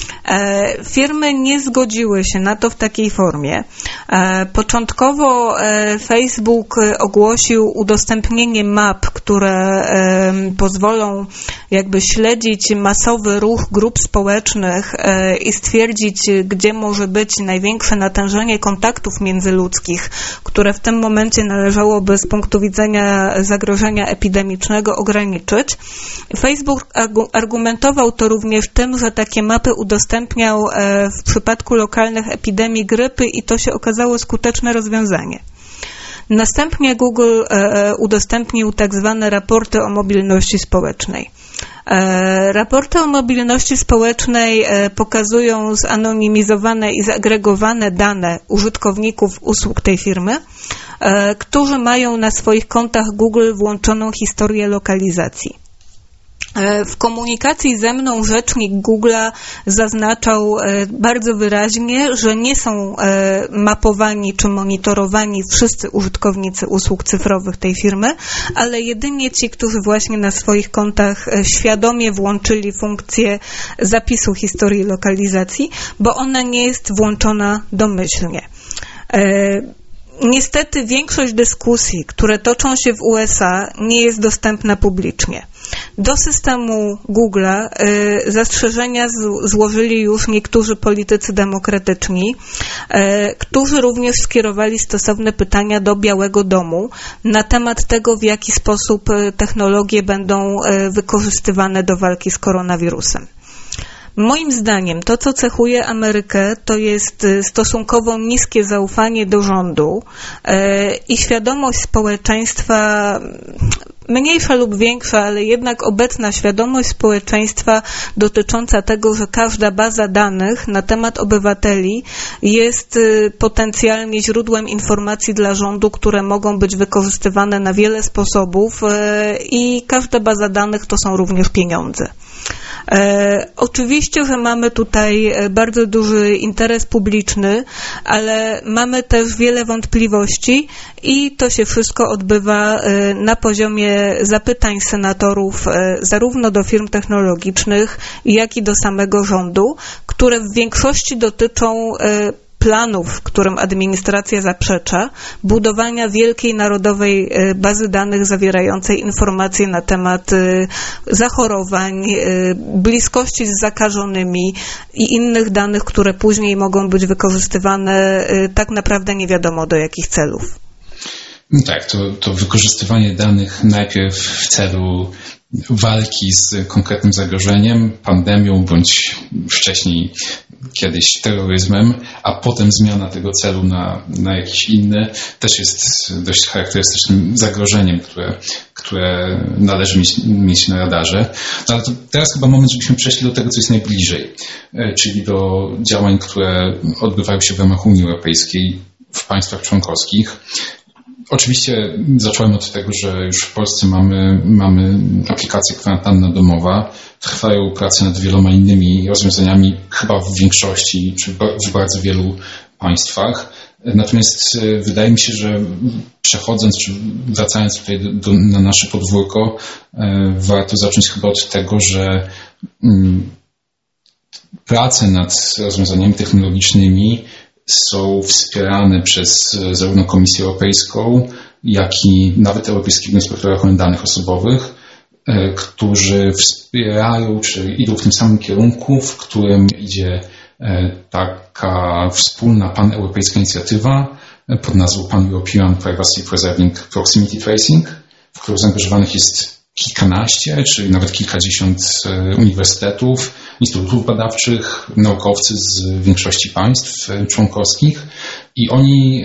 Firmy nie zgodziły się na to w takiej formie. Początkowo Facebook ogłosił udostępnienie map, które pozwolą jakby śledzić masowy ruch grup społecznych i stwierdzić, gdzie może być największe natężenie kontaktów międzyludzkich, które w tym momencie należałoby z punktu widzenia zagrożenia epidemicznego ograniczyć. Facebook argumentował to również tym, że takie mapy udostępniał w przypadku lokalnych epidemii grypy i to się okazało skuteczne rozwiązanie. Następnie Google udostępnił tak zwane raporty o mobilności społecznej. Raporty o mobilności społecznej pokazują zanonimizowane i zagregowane dane użytkowników usług tej firmy, którzy mają na swoich kontach Google włączoną historię lokalizacji. W komunikacji ze mną rzecznik Google'a zaznaczał bardzo wyraźnie, że nie są mapowani czy monitorowani wszyscy użytkownicy usług cyfrowych tej firmy, ale jedynie ci, którzy właśnie na swoich kontach świadomie włączyli funkcję zapisu historii lokalizacji, bo ona nie jest włączona domyślnie. Niestety większość dyskusji, które toczą się w U S A, nie jest dostępna publicznie. Do systemu Google'a y, zastrzeżenia z, złożyli już niektórzy politycy demokratyczni, y, którzy również skierowali stosowne pytania do Białego Domu na temat tego, w jaki sposób technologie będą y, wykorzystywane do walki z koronawirusem. Moim zdaniem to, co cechuje Amerykę, to jest stosunkowo niskie zaufanie do rządu i świadomość społeczeństwa, mniejsza lub większa, ale jednak obecna świadomość społeczeństwa dotycząca tego, że każda baza danych na temat obywateli jest potencjalnie źródłem informacji dla rządu, które mogą być wykorzystywane na wiele sposobów i każda baza danych to są również pieniądze. E, oczywiście, że mamy tutaj bardzo duży interes publiczny, ale mamy też wiele wątpliwości i to się wszystko odbywa e, na poziomie zapytań senatorów e, zarówno do firm technologicznych, jak i do samego rządu, które w większości dotyczą e, planów, którym administracja zaprzecza, budowania wielkiej narodowej bazy danych zawierającej informacje na temat zachorowań, bliskości z zakażonymi i innych danych, które później mogą być wykorzystywane tak naprawdę nie wiadomo do jakich celów. Tak, to, to wykorzystywanie danych najpierw w celu walki z konkretnym zagrożeniem, pandemią bądź wcześniej kiedyś terroryzmem, a potem zmiana tego celu na, na jakiś inny, też jest dość charakterystycznym zagrożeniem, które, które należy mieć, mieć na radarze. No ale to teraz chyba moment, żebyśmy przeszli do tego, co jest najbliżej, czyli do działań, które odbywają się w ramach Unii Europejskiej w państwach członkowskich. Oczywiście zacząłem od tego, że już w Polsce mamy, mamy aplikację kwarantanna domowa. Trwają prace nad wieloma innymi rozwiązaniami, chyba w większości, czy w bardzo wielu państwach. Natomiast wydaje mi się, że przechodząc, czy wracając tutaj do, do, na nasze podwórko, warto zacząć chyba od tego, że prace nad rozwiązaniami technologicznymi są wspierane przez zarówno Komisję Europejską, jak i nawet Europejskiego Inspektora Ochrony Danych Osobowych, którzy wspierają, czy idą w tym samym kierunku, w którym idzie taka wspólna paneuropejska inicjatywa pod nazwą Pan-European Privacy Preserving Proximity Tracing, w którą zaangażowanych jest kilkanaście, czy nawet kilkadziesiąt uniwersytetów, instytutów badawczych, naukowcy z większości państw członkowskich i oni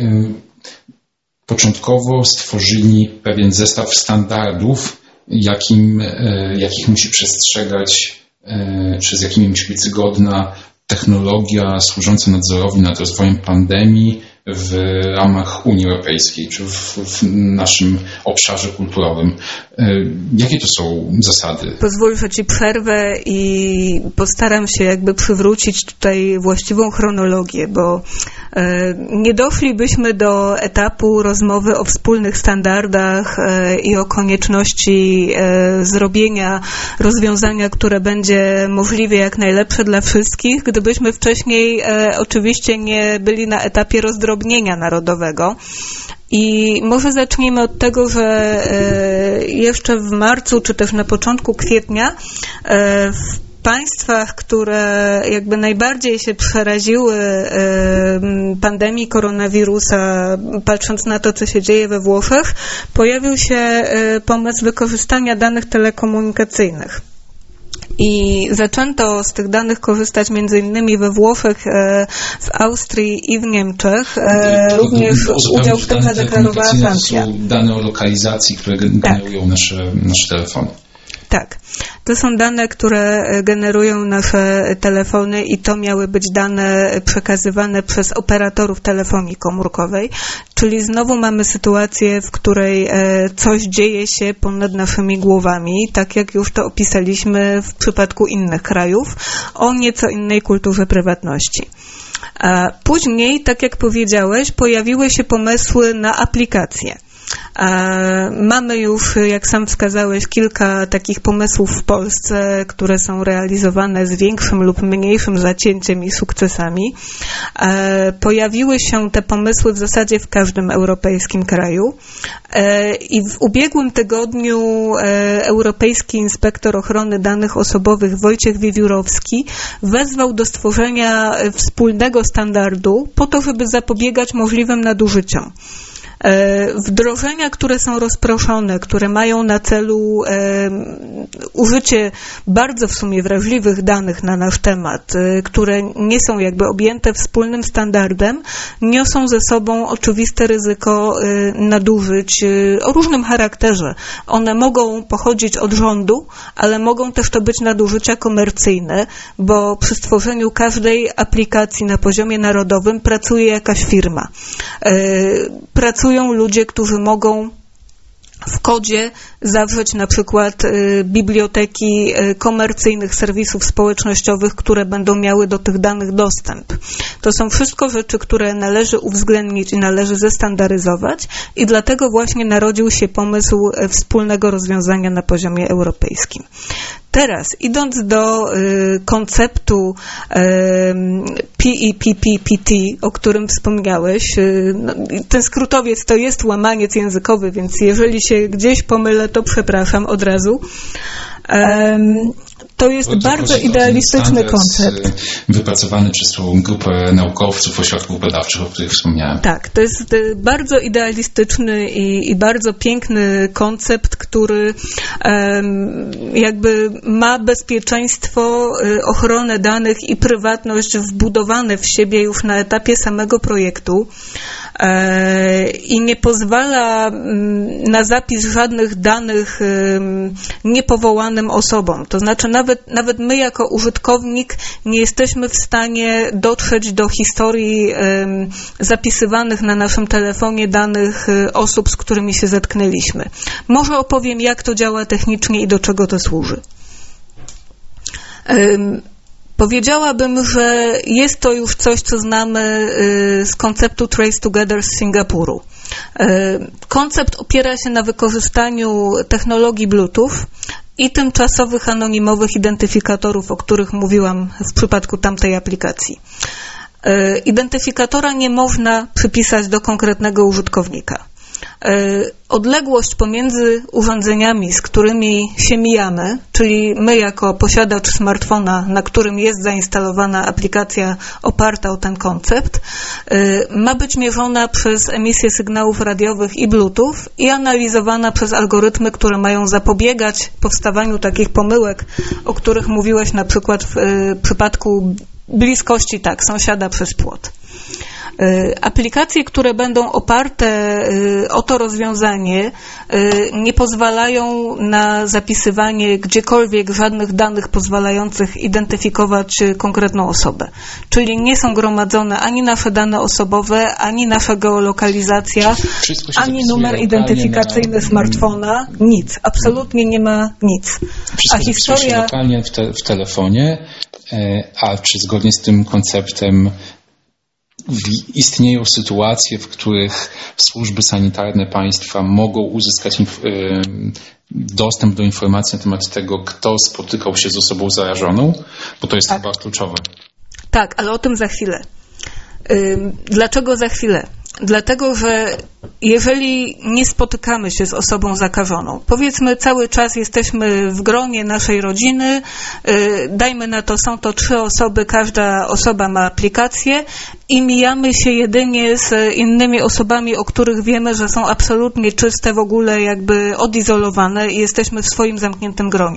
początkowo stworzyli pewien zestaw standardów, jakim, jakich musi przestrzegać, czy z jakimi musi być zgodna technologia służąca nadzorowi nad rozwojem pandemii w ramach Unii Europejskiej, czy w, w naszym obszarze kulturowym. Jakie to są zasady? Pozwól, że Ci przerwę i postaram się jakby przywrócić tutaj właściwą chronologię, bo nie doszlibyśmy do etapu rozmowy o wspólnych standardach i o konieczności zrobienia rozwiązania, które będzie możliwie jak najlepsze dla wszystkich, gdybyśmy wcześniej oczywiście nie byli na etapie rozdrobnienia narodowego. I może zacznijmy od tego, że jeszcze w marcu, czy też na początku kwietnia w państwach, które jakby najbardziej się przeraziły pandemii koronawirusa, patrząc na to, co się dzieje we Włoszech, pojawił się pomysł wykorzystania danych telekomunikacyjnych. I zaczęto z tych danych korzystać między innymi we Włoszech, w Austrii i w Niemczech. Również udział w tym zadeklarowała Francja. To są dane o lokalizacji, które generują tak. nasze, nasze telefony. Tak. To są dane, które generują nasze telefony i to miały być dane przekazywane przez operatorów telefonii komórkowej, czyli znowu mamy sytuację, w której coś dzieje się ponad naszymi głowami, tak jak już to opisaliśmy w przypadku innych krajów, o nieco innej kulturze prywatności. A później, tak jak powiedziałeś, pojawiły się pomysły na aplikacje. Mamy już, jak sam wskazałeś, kilka takich pomysłów w Polsce, które są realizowane z większym lub mniejszym zacięciem i sukcesami. Pojawiły się te pomysły w zasadzie w każdym europejskim kraju i w ubiegłym tygodniu Europejski Inspektor Ochrony Danych Osobowych Wojciech Wiewiórowski wezwał do stworzenia wspólnego standardu po to, żeby zapobiegać możliwym nadużyciom. Wdrożenia, które są rozproszone, które mają na celu użycie bardzo w sumie wrażliwych danych na nasz temat, które nie są jakby objęte wspólnym standardem, niosą ze sobą oczywiste ryzyko nadużyć o różnym charakterze. One mogą pochodzić od rządu, ale mogą też to być nadużycia komercyjne, bo przy stworzeniu każdej aplikacji na poziomie narodowym pracuje jakaś firma. Pracują ludzie, którzy mogą w kodzie zawrzeć na przykład y, biblioteki y, komercyjnych serwisów społecznościowych, które będą miały do tych danych dostęp. To są wszystko rzeczy, które należy uwzględnić i należy zestandaryzować i dlatego właśnie narodził się pomysł y, wspólnego rozwiązania na poziomie europejskim. Teraz, idąc do y, konceptu y, P E P P P T, o którym wspomniałeś, y, no, ten skrótowiec to jest łamaniec językowy, więc jeżeli się gdzieś pomylę, to przepraszam od razu. Um, To jest to bardzo idealistyczny koncept. Wypracowany przez tą grupę naukowców, ośrodków badawczych, o których wspomniałem. Tak, to jest bardzo idealistyczny i, i bardzo piękny koncept, który um, jakby ma bezpieczeństwo, ochronę danych i prywatność wbudowane w siebie już na etapie samego projektu e, i nie pozwala um, na zapis żadnych danych um, niepowołanym osobom. To znaczy nawet Nawet my jako użytkownik nie jesteśmy w stanie dotrzeć do historii um, zapisywanych na naszym telefonie danych um, osób, z którymi się zetknęliśmy. Może opowiem, jak to działa technicznie i do czego to służy. Um, Powiedziałabym, że jest to już coś, co znamy y, z konceptu Trace Together z Singapuru. Y, koncept opiera się na wykorzystaniu technologii Bluetooth i tymczasowych anonimowych identyfikatorów, o których mówiłam w przypadku tamtej aplikacji. Y, identyfikatora nie można przypisać do konkretnego użytkownika. Odległość pomiędzy urządzeniami, z którymi się mijamy, czyli my jako posiadacz smartfona, na którym jest zainstalowana aplikacja oparta o ten koncept, ma być mierzona przez emisję sygnałów radiowych i Bluetooth i analizowana przez algorytmy, które mają zapobiegać powstawaniu takich pomyłek, o których mówiłeś na przykład w przypadku bliskości, tak, sąsiada przez płot. Aplikacje, które będą oparte o to rozwiązanie, nie pozwalają na zapisywanie gdziekolwiek żadnych danych pozwalających identyfikować konkretną osobę. Czyli nie są gromadzone ani nasze dane osobowe, ani nasza geolokalizacja, ani numer identyfikacyjny na... smartfona, nic. Absolutnie nie ma nic. Wszystko a historia lokalnie w, te, w telefonie, a czy zgodnie z tym konceptem istnieją sytuacje, w których służby sanitarne państwa mogą uzyskać inf- dostęp do informacji na temat tego, kto spotykał się z osobą zarażoną, bo to jest tak. chyba kluczowe. Tak, ale o tym za chwilę. Dlaczego za chwilę? Dlatego, że jeżeli nie spotykamy się z osobą zakażoną, powiedzmy cały czas jesteśmy w gronie naszej rodziny, dajmy na to, są to trzy osoby, każda osoba ma aplikację i mijamy się jedynie z innymi osobami, o których wiemy, że są absolutnie czyste, w ogóle jakby odizolowane i jesteśmy w swoim zamkniętym gronie.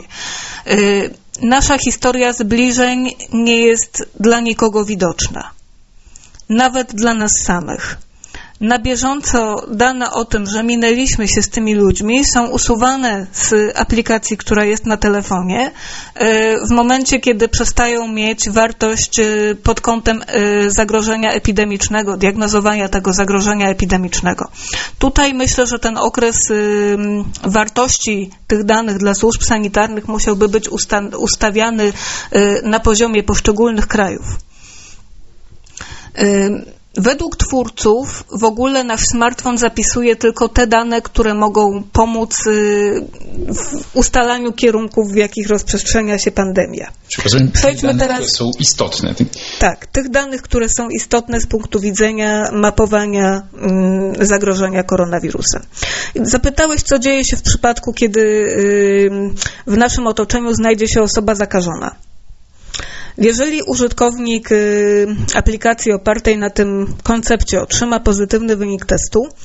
Nasza historia zbliżeń nie jest dla nikogo widoczna. Nawet dla nas samych. Na bieżąco dane o tym, że minęliśmy się z tymi ludźmi, są usuwane z aplikacji, która jest na telefonie, w momencie, kiedy przestają mieć wartość pod kątem zagrożenia epidemicznego, diagnozowania tego zagrożenia epidemicznego. Tutaj myślę, że ten okres wartości tych danych dla służb sanitarnych musiałby być usta- ustawiany na poziomie poszczególnych krajów. Według twórców w ogóle nasz smartfon zapisuje tylko te dane, które mogą pomóc w ustalaniu kierunków, w jakich rozprzestrzenia się pandemia. Przejdźmy dane, teraz, które są istotne. Tak, tych danych, które są istotne z punktu widzenia mapowania mm, zagrożenia koronawirusem. Zapytałeś, co dzieje się w przypadku, kiedy yy, w naszym otoczeniu znajdzie się osoba zakażona. Jeżeli użytkownik aplikacji opartej na tym koncepcie otrzyma pozytywny wynik testu,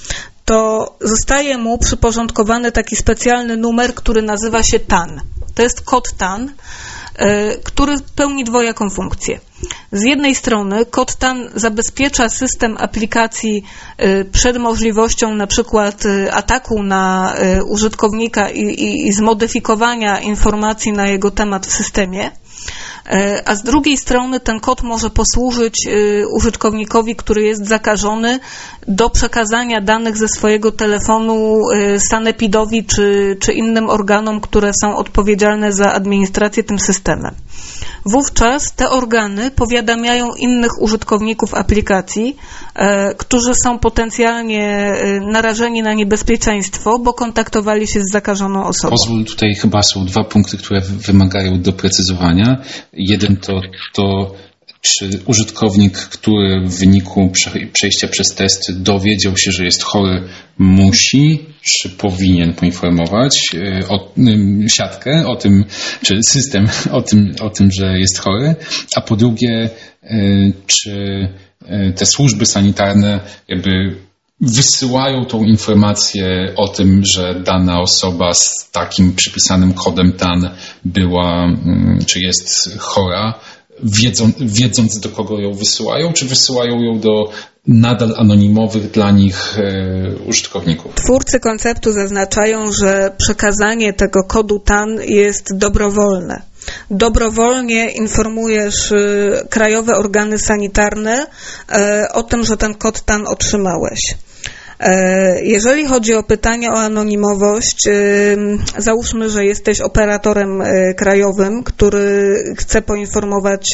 to zostaje mu przyporządkowany taki specjalny numer, który nazywa się T A N. To jest kod T A N, który pełni dwojaką funkcję. Z jednej strony kod T A N zabezpiecza system aplikacji przed możliwością na przykład ataku na użytkownika i, i, i zmodyfikowania informacji na jego temat w systemie, a z drugiej strony ten kod może posłużyć użytkownikowi, który jest zakażony, do przekazania danych ze swojego telefonu sanepidowi czy, czy innym organom, które są odpowiedzialne za administrację tym systemem. Wówczas te organy powiadamiają innych użytkowników aplikacji, e, którzy są potencjalnie narażeni na niebezpieczeństwo, bo kontaktowali się z zakażoną osobą. Pozwól, tutaj chyba są dwa punkty, które wymagają doprecyzowania. Jeden to, to czy użytkownik, który w wyniku przejścia przez test dowiedział się, że jest chory, musi, czy powinien poinformować o, siatkę o tym, czy system o tym, o tym, że jest chory, a po drugie, czy te służby sanitarne jakby wysyłają tą informację o tym, że dana osoba z takim przypisanym kodem T A N była, czy jest chora, Wiedząc, wiedząc do kogo ją wysyłają, czy wysyłają ją do nadal anonimowych dla nich e, użytkowników? Twórcy konceptu zaznaczają, że przekazanie tego kodu T A N jest dobrowolne. Dobrowolnie informujesz y, krajowe organy sanitarne y, o tym, że ten kod T A N otrzymałeś. Jeżeli chodzi o pytanie o anonimowość, załóżmy, że jesteś operatorem krajowym, który chce poinformować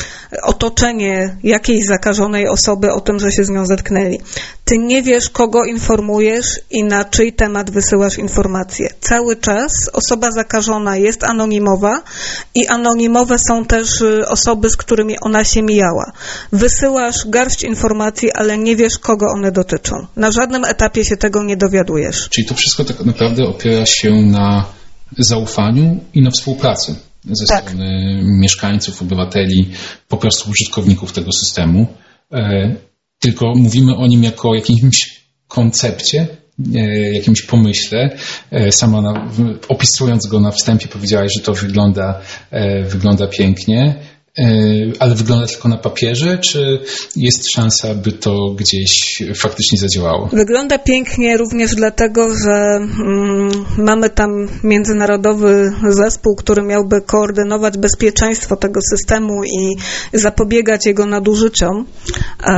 otoczenie jakiejś zakażonej osoby o tym, że się z nią zetknęli. Ty nie wiesz, kogo informujesz i na czyj temat wysyłasz informacje. Cały czas osoba zakażona jest anonimowa i anonimowe są też osoby, z którymi ona się mijała. Wysyłasz garść informacji, ale nie wiesz, kogo one dotyczą. Na żadnym etapie się tego nie dowiadujesz. Czyli to wszystko tak naprawdę opiera się na zaufaniu i na współpracy ze tak. strony mieszkańców, obywateli, po prostu użytkowników tego systemu. E, tylko mówimy o nim jako o jakimś koncepcie, e, jakimś pomyśle. E, sama na, opisując go na wstępie powiedziałaś, że to wygląda, e, wygląda pięknie. Ale wygląda tylko na papierze, czy jest szansa, by to gdzieś faktycznie zadziałało? Wygląda pięknie również dlatego, że mm, mamy tam międzynarodowy zespół, który miałby koordynować bezpieczeństwo tego systemu i zapobiegać jego nadużyciom, e,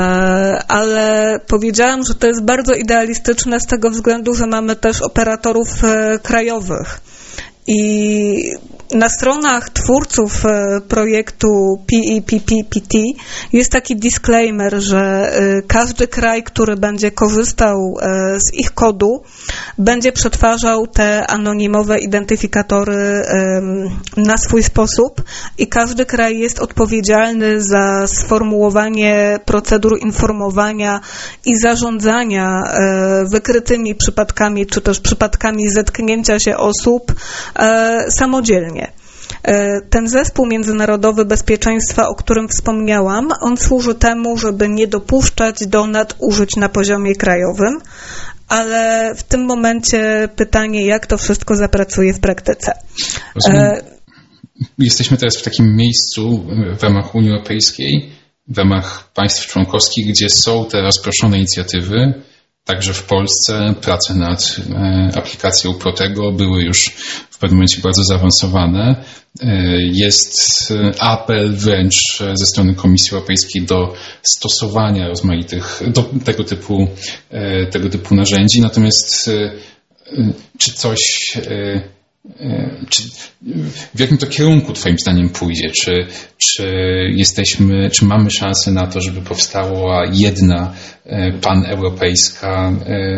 ale powiedziałam, że to jest bardzo idealistyczne z tego względu, że mamy też operatorów e, krajowych. I na stronach twórców projektu P E P P P T jest taki disclaimer, że każdy kraj, który będzie korzystał z ich kodu, będzie przetwarzał te anonimowe identyfikatory na swój sposób i każdy kraj jest odpowiedzialny za sformułowanie procedur informowania i zarządzania wykrytymi przypadkami, czy też przypadkami zetknięcia się osób samodzielnie. Ten zespół międzynarodowy bezpieczeństwa, o którym wspomniałam, on służy temu, żeby nie dopuszczać do nadużyć na poziomie krajowym, ale w tym momencie pytanie, jak to wszystko zapracuje w praktyce. Rozumiem. Jesteśmy teraz w takim miejscu w ramach Unii Europejskiej, w ramach państw członkowskich, gdzie są te rozproszone inicjatywy. Także w Polsce prace nad aplikacją Protego były już w pewnym momencie bardzo zaawansowane. Jest apel wręcz ze strony Komisji Europejskiej do stosowania rozmaitych, do tego typu, tego typu narzędzi. Natomiast czy coś, czy w jakim to kierunku Twoim zdaniem pójdzie? Czy, czy jesteśmy, czy mamy szansę na to, żeby powstała jedna paneuropejska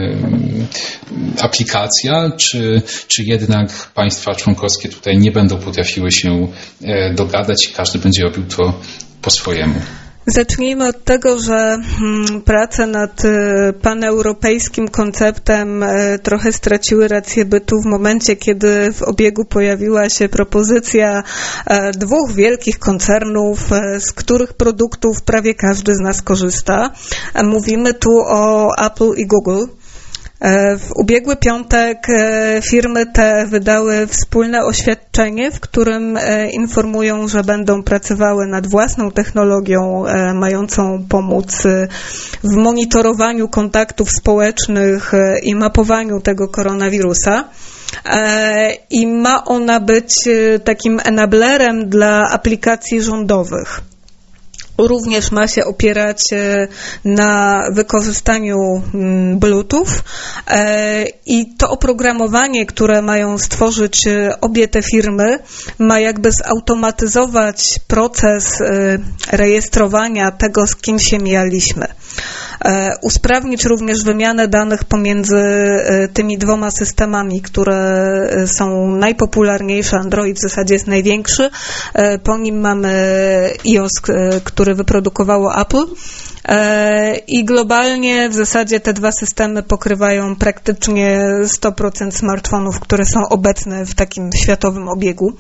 aplikacja, czy, czy jednak państwa członkowskie tutaj nie będą potrafiły się dogadać i każdy będzie robił to po swojemu? Zacznijmy od tego, że prace nad paneuropejskim konceptem trochę straciły rację bytu w momencie, kiedy w obiegu pojawiła się propozycja dwóch wielkich koncernów, z których produktów prawie każdy z nas korzysta. Mówimy tu o Apple i Google. W ubiegły piątek firmy te wydały wspólne oświadczenie, w którym informują, że będą pracowały nad własną technologią mającą pomóc w monitorowaniu kontaktów społecznych i mapowaniu tego koronawirusa. I ma ona być takim enablerem dla aplikacji rządowych. Również ma się opierać na wykorzystaniu Bluetooth i to oprogramowanie, które mają stworzyć obie te firmy, ma jakby zautomatyzować proces rejestrowania tego, z kim się mijaliśmy. Usprawnić również wymianę danych pomiędzy tymi dwoma systemami, które są najpopularniejsze. Android w zasadzie jest największy. Po nim mamy iOS, który wyprodukowało Apple. I globalnie w zasadzie te dwa systemy pokrywają praktycznie sto procent smartfonów, które są obecne w takim światowym obiegu.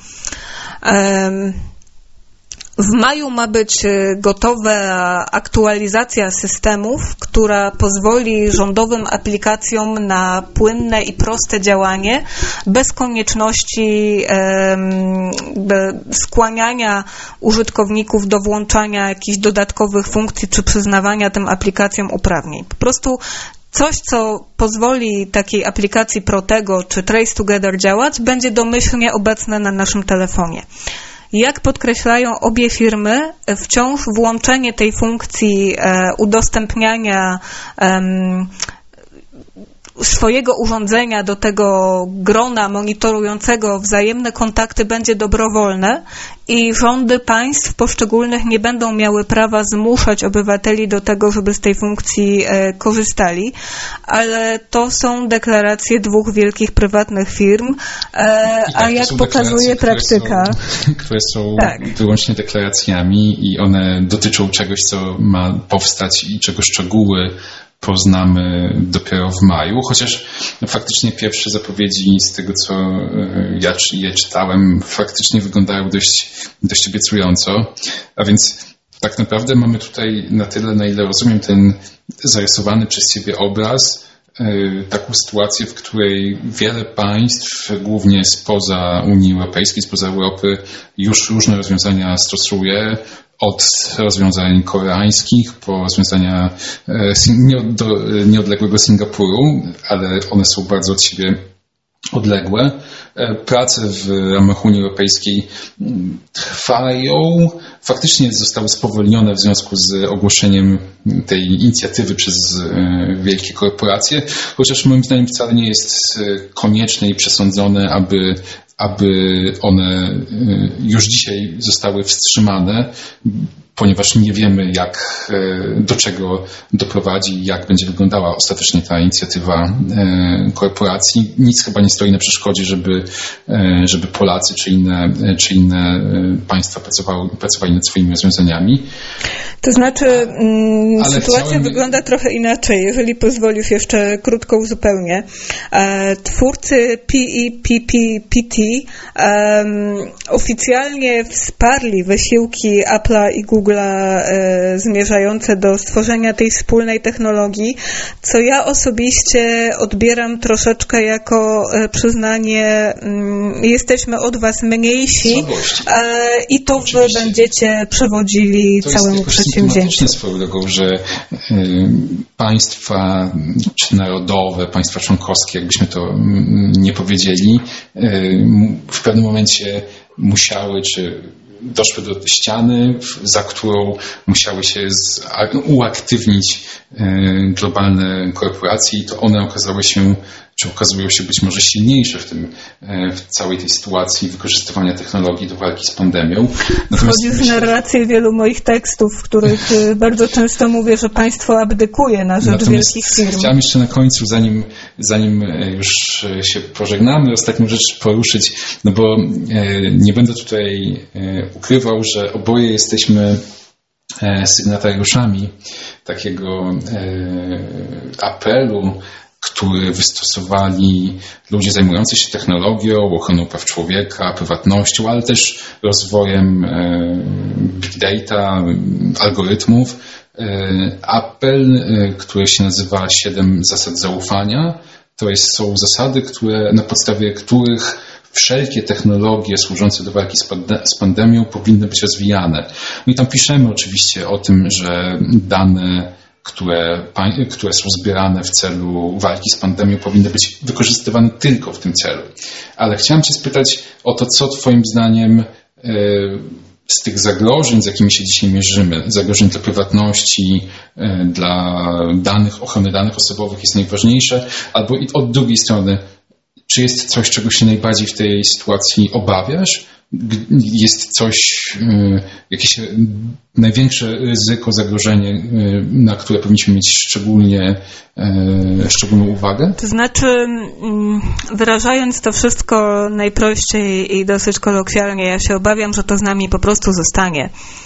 W maju ma być gotowa aktualizacja systemów, która pozwoli rządowym aplikacjom na płynne i proste działanie bez konieczności skłaniania użytkowników do włączania jakichś dodatkowych funkcji czy przyznawania tym aplikacjom uprawnień. Po prostu coś, co pozwoli takiej aplikacji Protego czy Trace Together działać, będzie domyślnie obecne na naszym telefonie. Jak podkreślają obie firmy, wciąż włączenie tej funkcji e, udostępniania e, swojego urządzenia do tego grona monitorującego wzajemne kontakty będzie dobrowolne i rządy państw poszczególnych nie będą miały prawa zmuszać obywateli do tego, żeby z tej funkcji e, korzystali, ale to są deklaracje dwóch wielkich prywatnych firm, e, tak, a jak pokazuje praktyka... Które są, które są tak. wyłącznie deklaracjami i one dotyczą czegoś, co ma powstać i czego szczegóły poznamy dopiero w maju, chociaż no, faktycznie pierwsze zapowiedzi z tego, co ja je czytałem, faktycznie wyglądają dość, dość obiecująco, a więc tak naprawdę mamy tutaj na tyle, na ile rozumiem ten zarysowany przez Ciebie obraz, taką sytuację, w której wiele państw, głównie spoza Unii Europejskiej, spoza Europy, już różne rozwiązania stosuje, od rozwiązań koreańskich po rozwiązania nieodległego Singapuru, ale one są bardzo od siebie odległe. Prace w ramach Unii Europejskiej trwają. Faktycznie zostały spowolnione w związku z ogłoszeniem tej inicjatywy przez wielkie korporacje, chociaż moim zdaniem wcale nie jest konieczne i przesądzone, aby aby one już dzisiaj zostały wstrzymane, ponieważ nie wiemy, jak, do czego doprowadzi, jak będzie wyglądała ostatecznie ta inicjatywa korporacji. Nic chyba nie stoi na przeszkodzie, żeby, żeby Polacy czy inne, czy inne państwa pracowały, pracowali nad swoimi rozwiązaniami. To znaczy, mm, sytuacja chciałem... wygląda trochę inaczej, jeżeli pozwolisz jeszcze krótko uzupełnię. E, twórcy P E P P P T e, oficjalnie wsparli wysiłki Apple'a i Google'a e, zmierzające do stworzenia tej wspólnej technologii, co ja osobiście odbieram troszeczkę jako e, przyznanie, mm, jesteśmy od was mniejsi e, i to wy będziecie przewodzili to całemu przedsięwzięciu. Symptomatyczne swoją drogą, że y, państwa czy narodowe, państwa członkowskie, jakbyśmy to y, nie powiedzieli, y, w pewnym momencie musiały, czy doszły do ściany, za którą musiały się z, uaktywnić y, globalne korporacje i to one okazały się, czy okazują się być może silniejsze w tym, w całej tej sytuacji wykorzystywania technologii do walki z pandemią. Wchodzisz w narrację wielu moich tekstów, w których bardzo często mówię, że państwo abdykuje na rzecz Natomiast wielkich firm. Chciałem jeszcze na końcu, zanim, zanim już się pożegnamy, ostatnią rzecz poruszyć, no bo nie będę tutaj ukrywał, że oboje jesteśmy sygnatariuszami takiego apelu, który wystosowali ludzie zajmujący się technologią, ochroną praw człowieka, prywatnością, ale też rozwojem big data, algorytmów. Apel, który się nazywa Siedem Zasad Zaufania, to jest, są zasady, które, na podstawie których wszelkie technologie służące do walki z pandemią powinny być rozwijane. No i tam piszemy oczywiście o tym, że dane, które, które są zbierane w celu walki z pandemią, powinny być wykorzystywane tylko w tym celu. Ale chciałem Cię spytać o to, co Twoim zdaniem z tych zagrożeń, z jakimi się dzisiaj mierzymy, zagrożeń dla prywatności, dla danych, ochrony danych osobowych jest najważniejsze, albo i od drugiej strony, czy jest coś, czego się najbardziej w tej sytuacji obawiasz? Jest coś, jakieś największe ryzyko, zagrożenie, na które powinniśmy mieć szczególnie, szczególną uwagę? To znaczy, wyrażając to wszystko najprościej i dosyć kolokwialnie, ja się obawiam, że to z nami po prostu zostanie.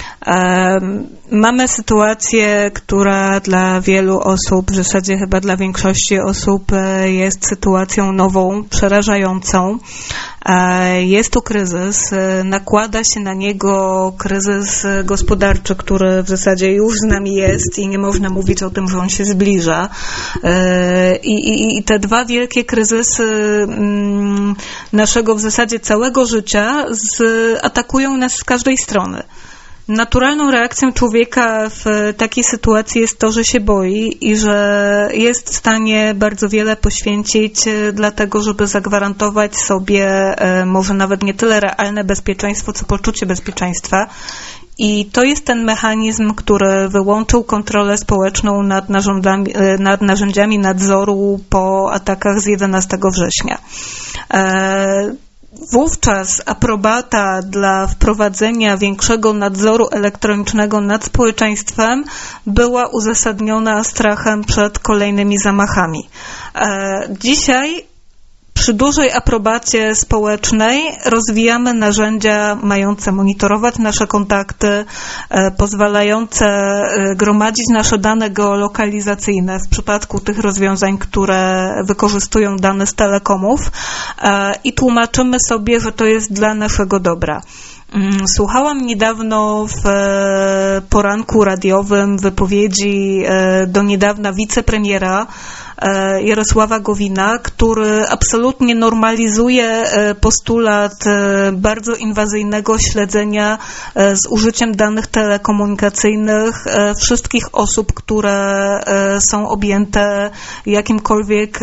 Mamy sytuację, która dla wielu osób, w zasadzie chyba dla większości osób jest sytuacją nową, przerażającą. Jest tu kryzys, nakłada się na niego kryzys gospodarczy, który w zasadzie już z nami jest i nie można mówić o tym, że on się zbliża. I, i, i te dwa wielkie kryzysy naszego w zasadzie całego życia atakują nas z każdej strony. Naturalną reakcją człowieka w takiej sytuacji jest to, że się boi i że jest w stanie bardzo wiele poświęcić dla tego, żeby zagwarantować sobie może nawet nie tyle realne bezpieczeństwo, co poczucie bezpieczeństwa. I to jest ten mechanizm, który wyłączył kontrolę społeczną nad, nad narzędziami nadzoru po atakach z jedenastego września. Wówczas aprobata dla wprowadzenia większego nadzoru elektronicznego nad społeczeństwem była uzasadniona strachem przed kolejnymi zamachami. Dzisiaj przy dużej aprobacie społecznej rozwijamy narzędzia mające monitorować nasze kontakty, pozwalające gromadzić nasze dane geolokalizacyjne w przypadku tych rozwiązań, które wykorzystują dane z telekomów i tłumaczymy sobie, że to jest dla naszego dobra. Słuchałam niedawno w poranku radiowym wypowiedzi do niedawna wicepremiera Jarosława Gowina, który absolutnie normalizuje postulat bardzo inwazyjnego śledzenia z użyciem danych telekomunikacyjnych wszystkich osób, które są objęte jakimkolwiek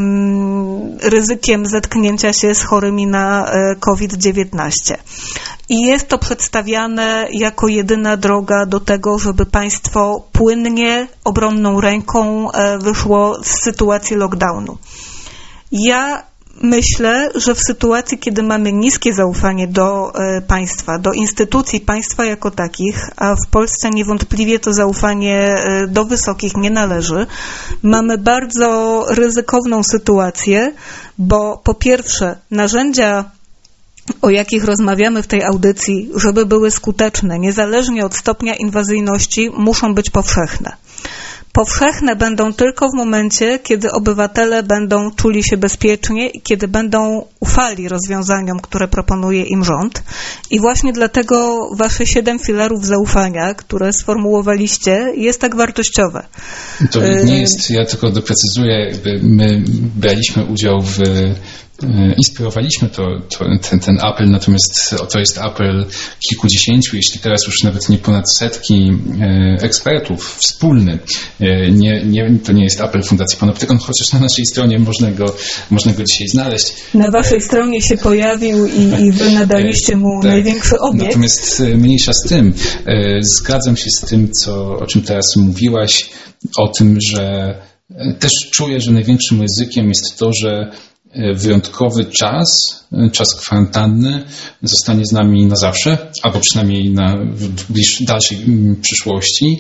ryzykiem zetknięcia się z chorymi na kowid dziewiętnaście. I jest to przedstawiane jako jedyna droga do tego, żeby państwo płynnie, obronną ręką wyszło z sytuacji lockdownu. Ja myślę, że w sytuacji, kiedy mamy niskie zaufanie do państwa, do instytucji państwa jako takich, a w Polsce niewątpliwie to zaufanie do wysokich nie należy, mamy bardzo ryzykowną sytuację, bo po pierwsze narzędzia, o jakich rozmawiamy w tej audycji, żeby były skuteczne, niezależnie od stopnia inwazyjności, muszą być powszechne. Powszechne będą tylko w momencie, kiedy obywatele będą czuli się bezpiecznie i kiedy będą ufali rozwiązaniom, które proponuje im rząd. I właśnie dlatego wasze siedem filarów zaufania, które sformułowaliście, jest tak wartościowe. To nie jest, ja tylko doprecyzuję, jakby my braliśmy udział w inspirowaliśmy to, to, ten, ten apel, natomiast to jest apel kilkudziesięciu, jeśli teraz już nawet nie ponad setki ekspertów, wspólny. Nie, nie, to nie jest apel Fundacji Panoptykon, chociaż na naszej stronie można go, można go dzisiaj znaleźć. Na waszej stronie się pojawił i, i wy nadaliście mu tak, największy obiekt. Natomiast mniejsza z tym. Zgadzam się z tym, co, o czym teraz mówiłaś, o tym, że też czuję, że największym ryzykiem jest to, że wyjątkowy czas, czas kwarantanny zostanie z nami na zawsze, albo przynajmniej na, w dalszej przyszłości,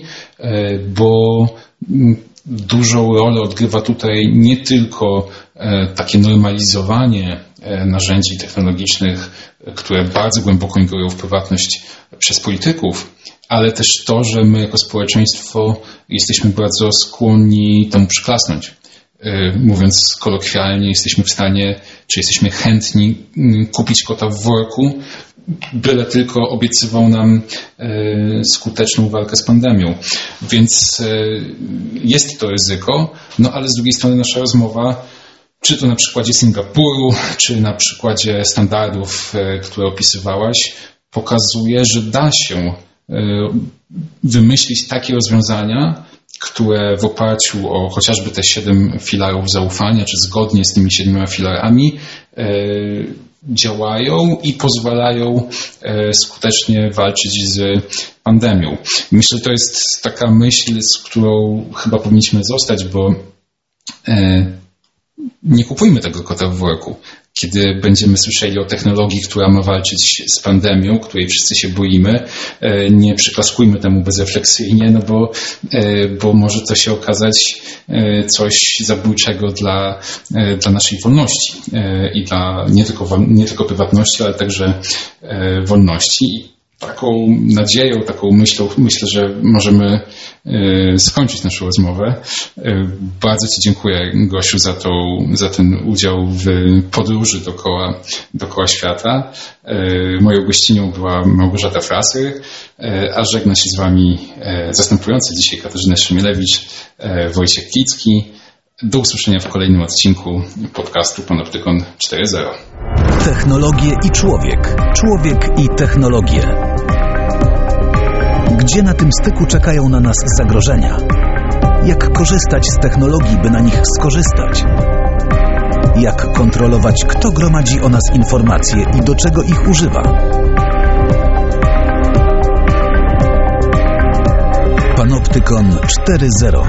bo dużą rolę odgrywa tutaj nie tylko takie normalizowanie narzędzi technologicznych, które bardzo głęboko ingerują w prywatność przez polityków, ale też to, że my jako społeczeństwo jesteśmy bardzo skłonni temu przyklasnąć. Mówiąc kolokwialnie, jesteśmy w stanie, czy jesteśmy chętni kupić kota w worku byle tylko obiecywał nam skuteczną walkę z pandemią. Więc jest to ryzyko, no ale z drugiej strony nasza rozmowa, czy to na przykładzie Singapuru, czy na przykładzie standardów, które opisywałaś, pokazuje, że da się wymyślić takie rozwiązania, które w oparciu o chociażby te siedem filarów zaufania, czy zgodnie z tymi siedmioma filarami działają i pozwalają skutecznie walczyć z pandemią. Myślę, że to jest taka myśl, z którą chyba powinniśmy zostać, bo nie kupujmy tego kota w worku. Kiedy będziemy słyszeli o technologii, która ma walczyć z pandemią, której wszyscy się boimy, nie przyklaskujmy temu bezrefleksyjnie, no bo, bo może to się okazać coś zabójczego dla, dla naszej wolności i dla nie tylko, nie tylko prywatności, ale także wolności. Taką nadzieją, taką myślą, myślę, że możemy skończyć naszą rozmowę. Bardzo Ci dziękuję, Gosiu, za, tą, za ten udział w podróży dookoła, dookoła świata. Moją gościnią była Małgorzata Fraser, a żegna się z Wami zastępujący dzisiaj Katarzyna Szymielewicz, Wojciech Klicki. Do usłyszenia w kolejnym odcinku podcastu Panoptykon cztery zero. Technologie i człowiek. Człowiek i technologie. Gdzie na tym styku czekają na nas zagrożenia? Jak korzystać z technologii, by na nich skorzystać? Jak kontrolować, kto gromadzi o nas informacje i do czego ich używa? Panoptykon cztery zero.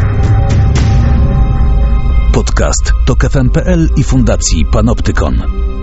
Podcast Tok F M kropka P L i Fundacji Panoptykon.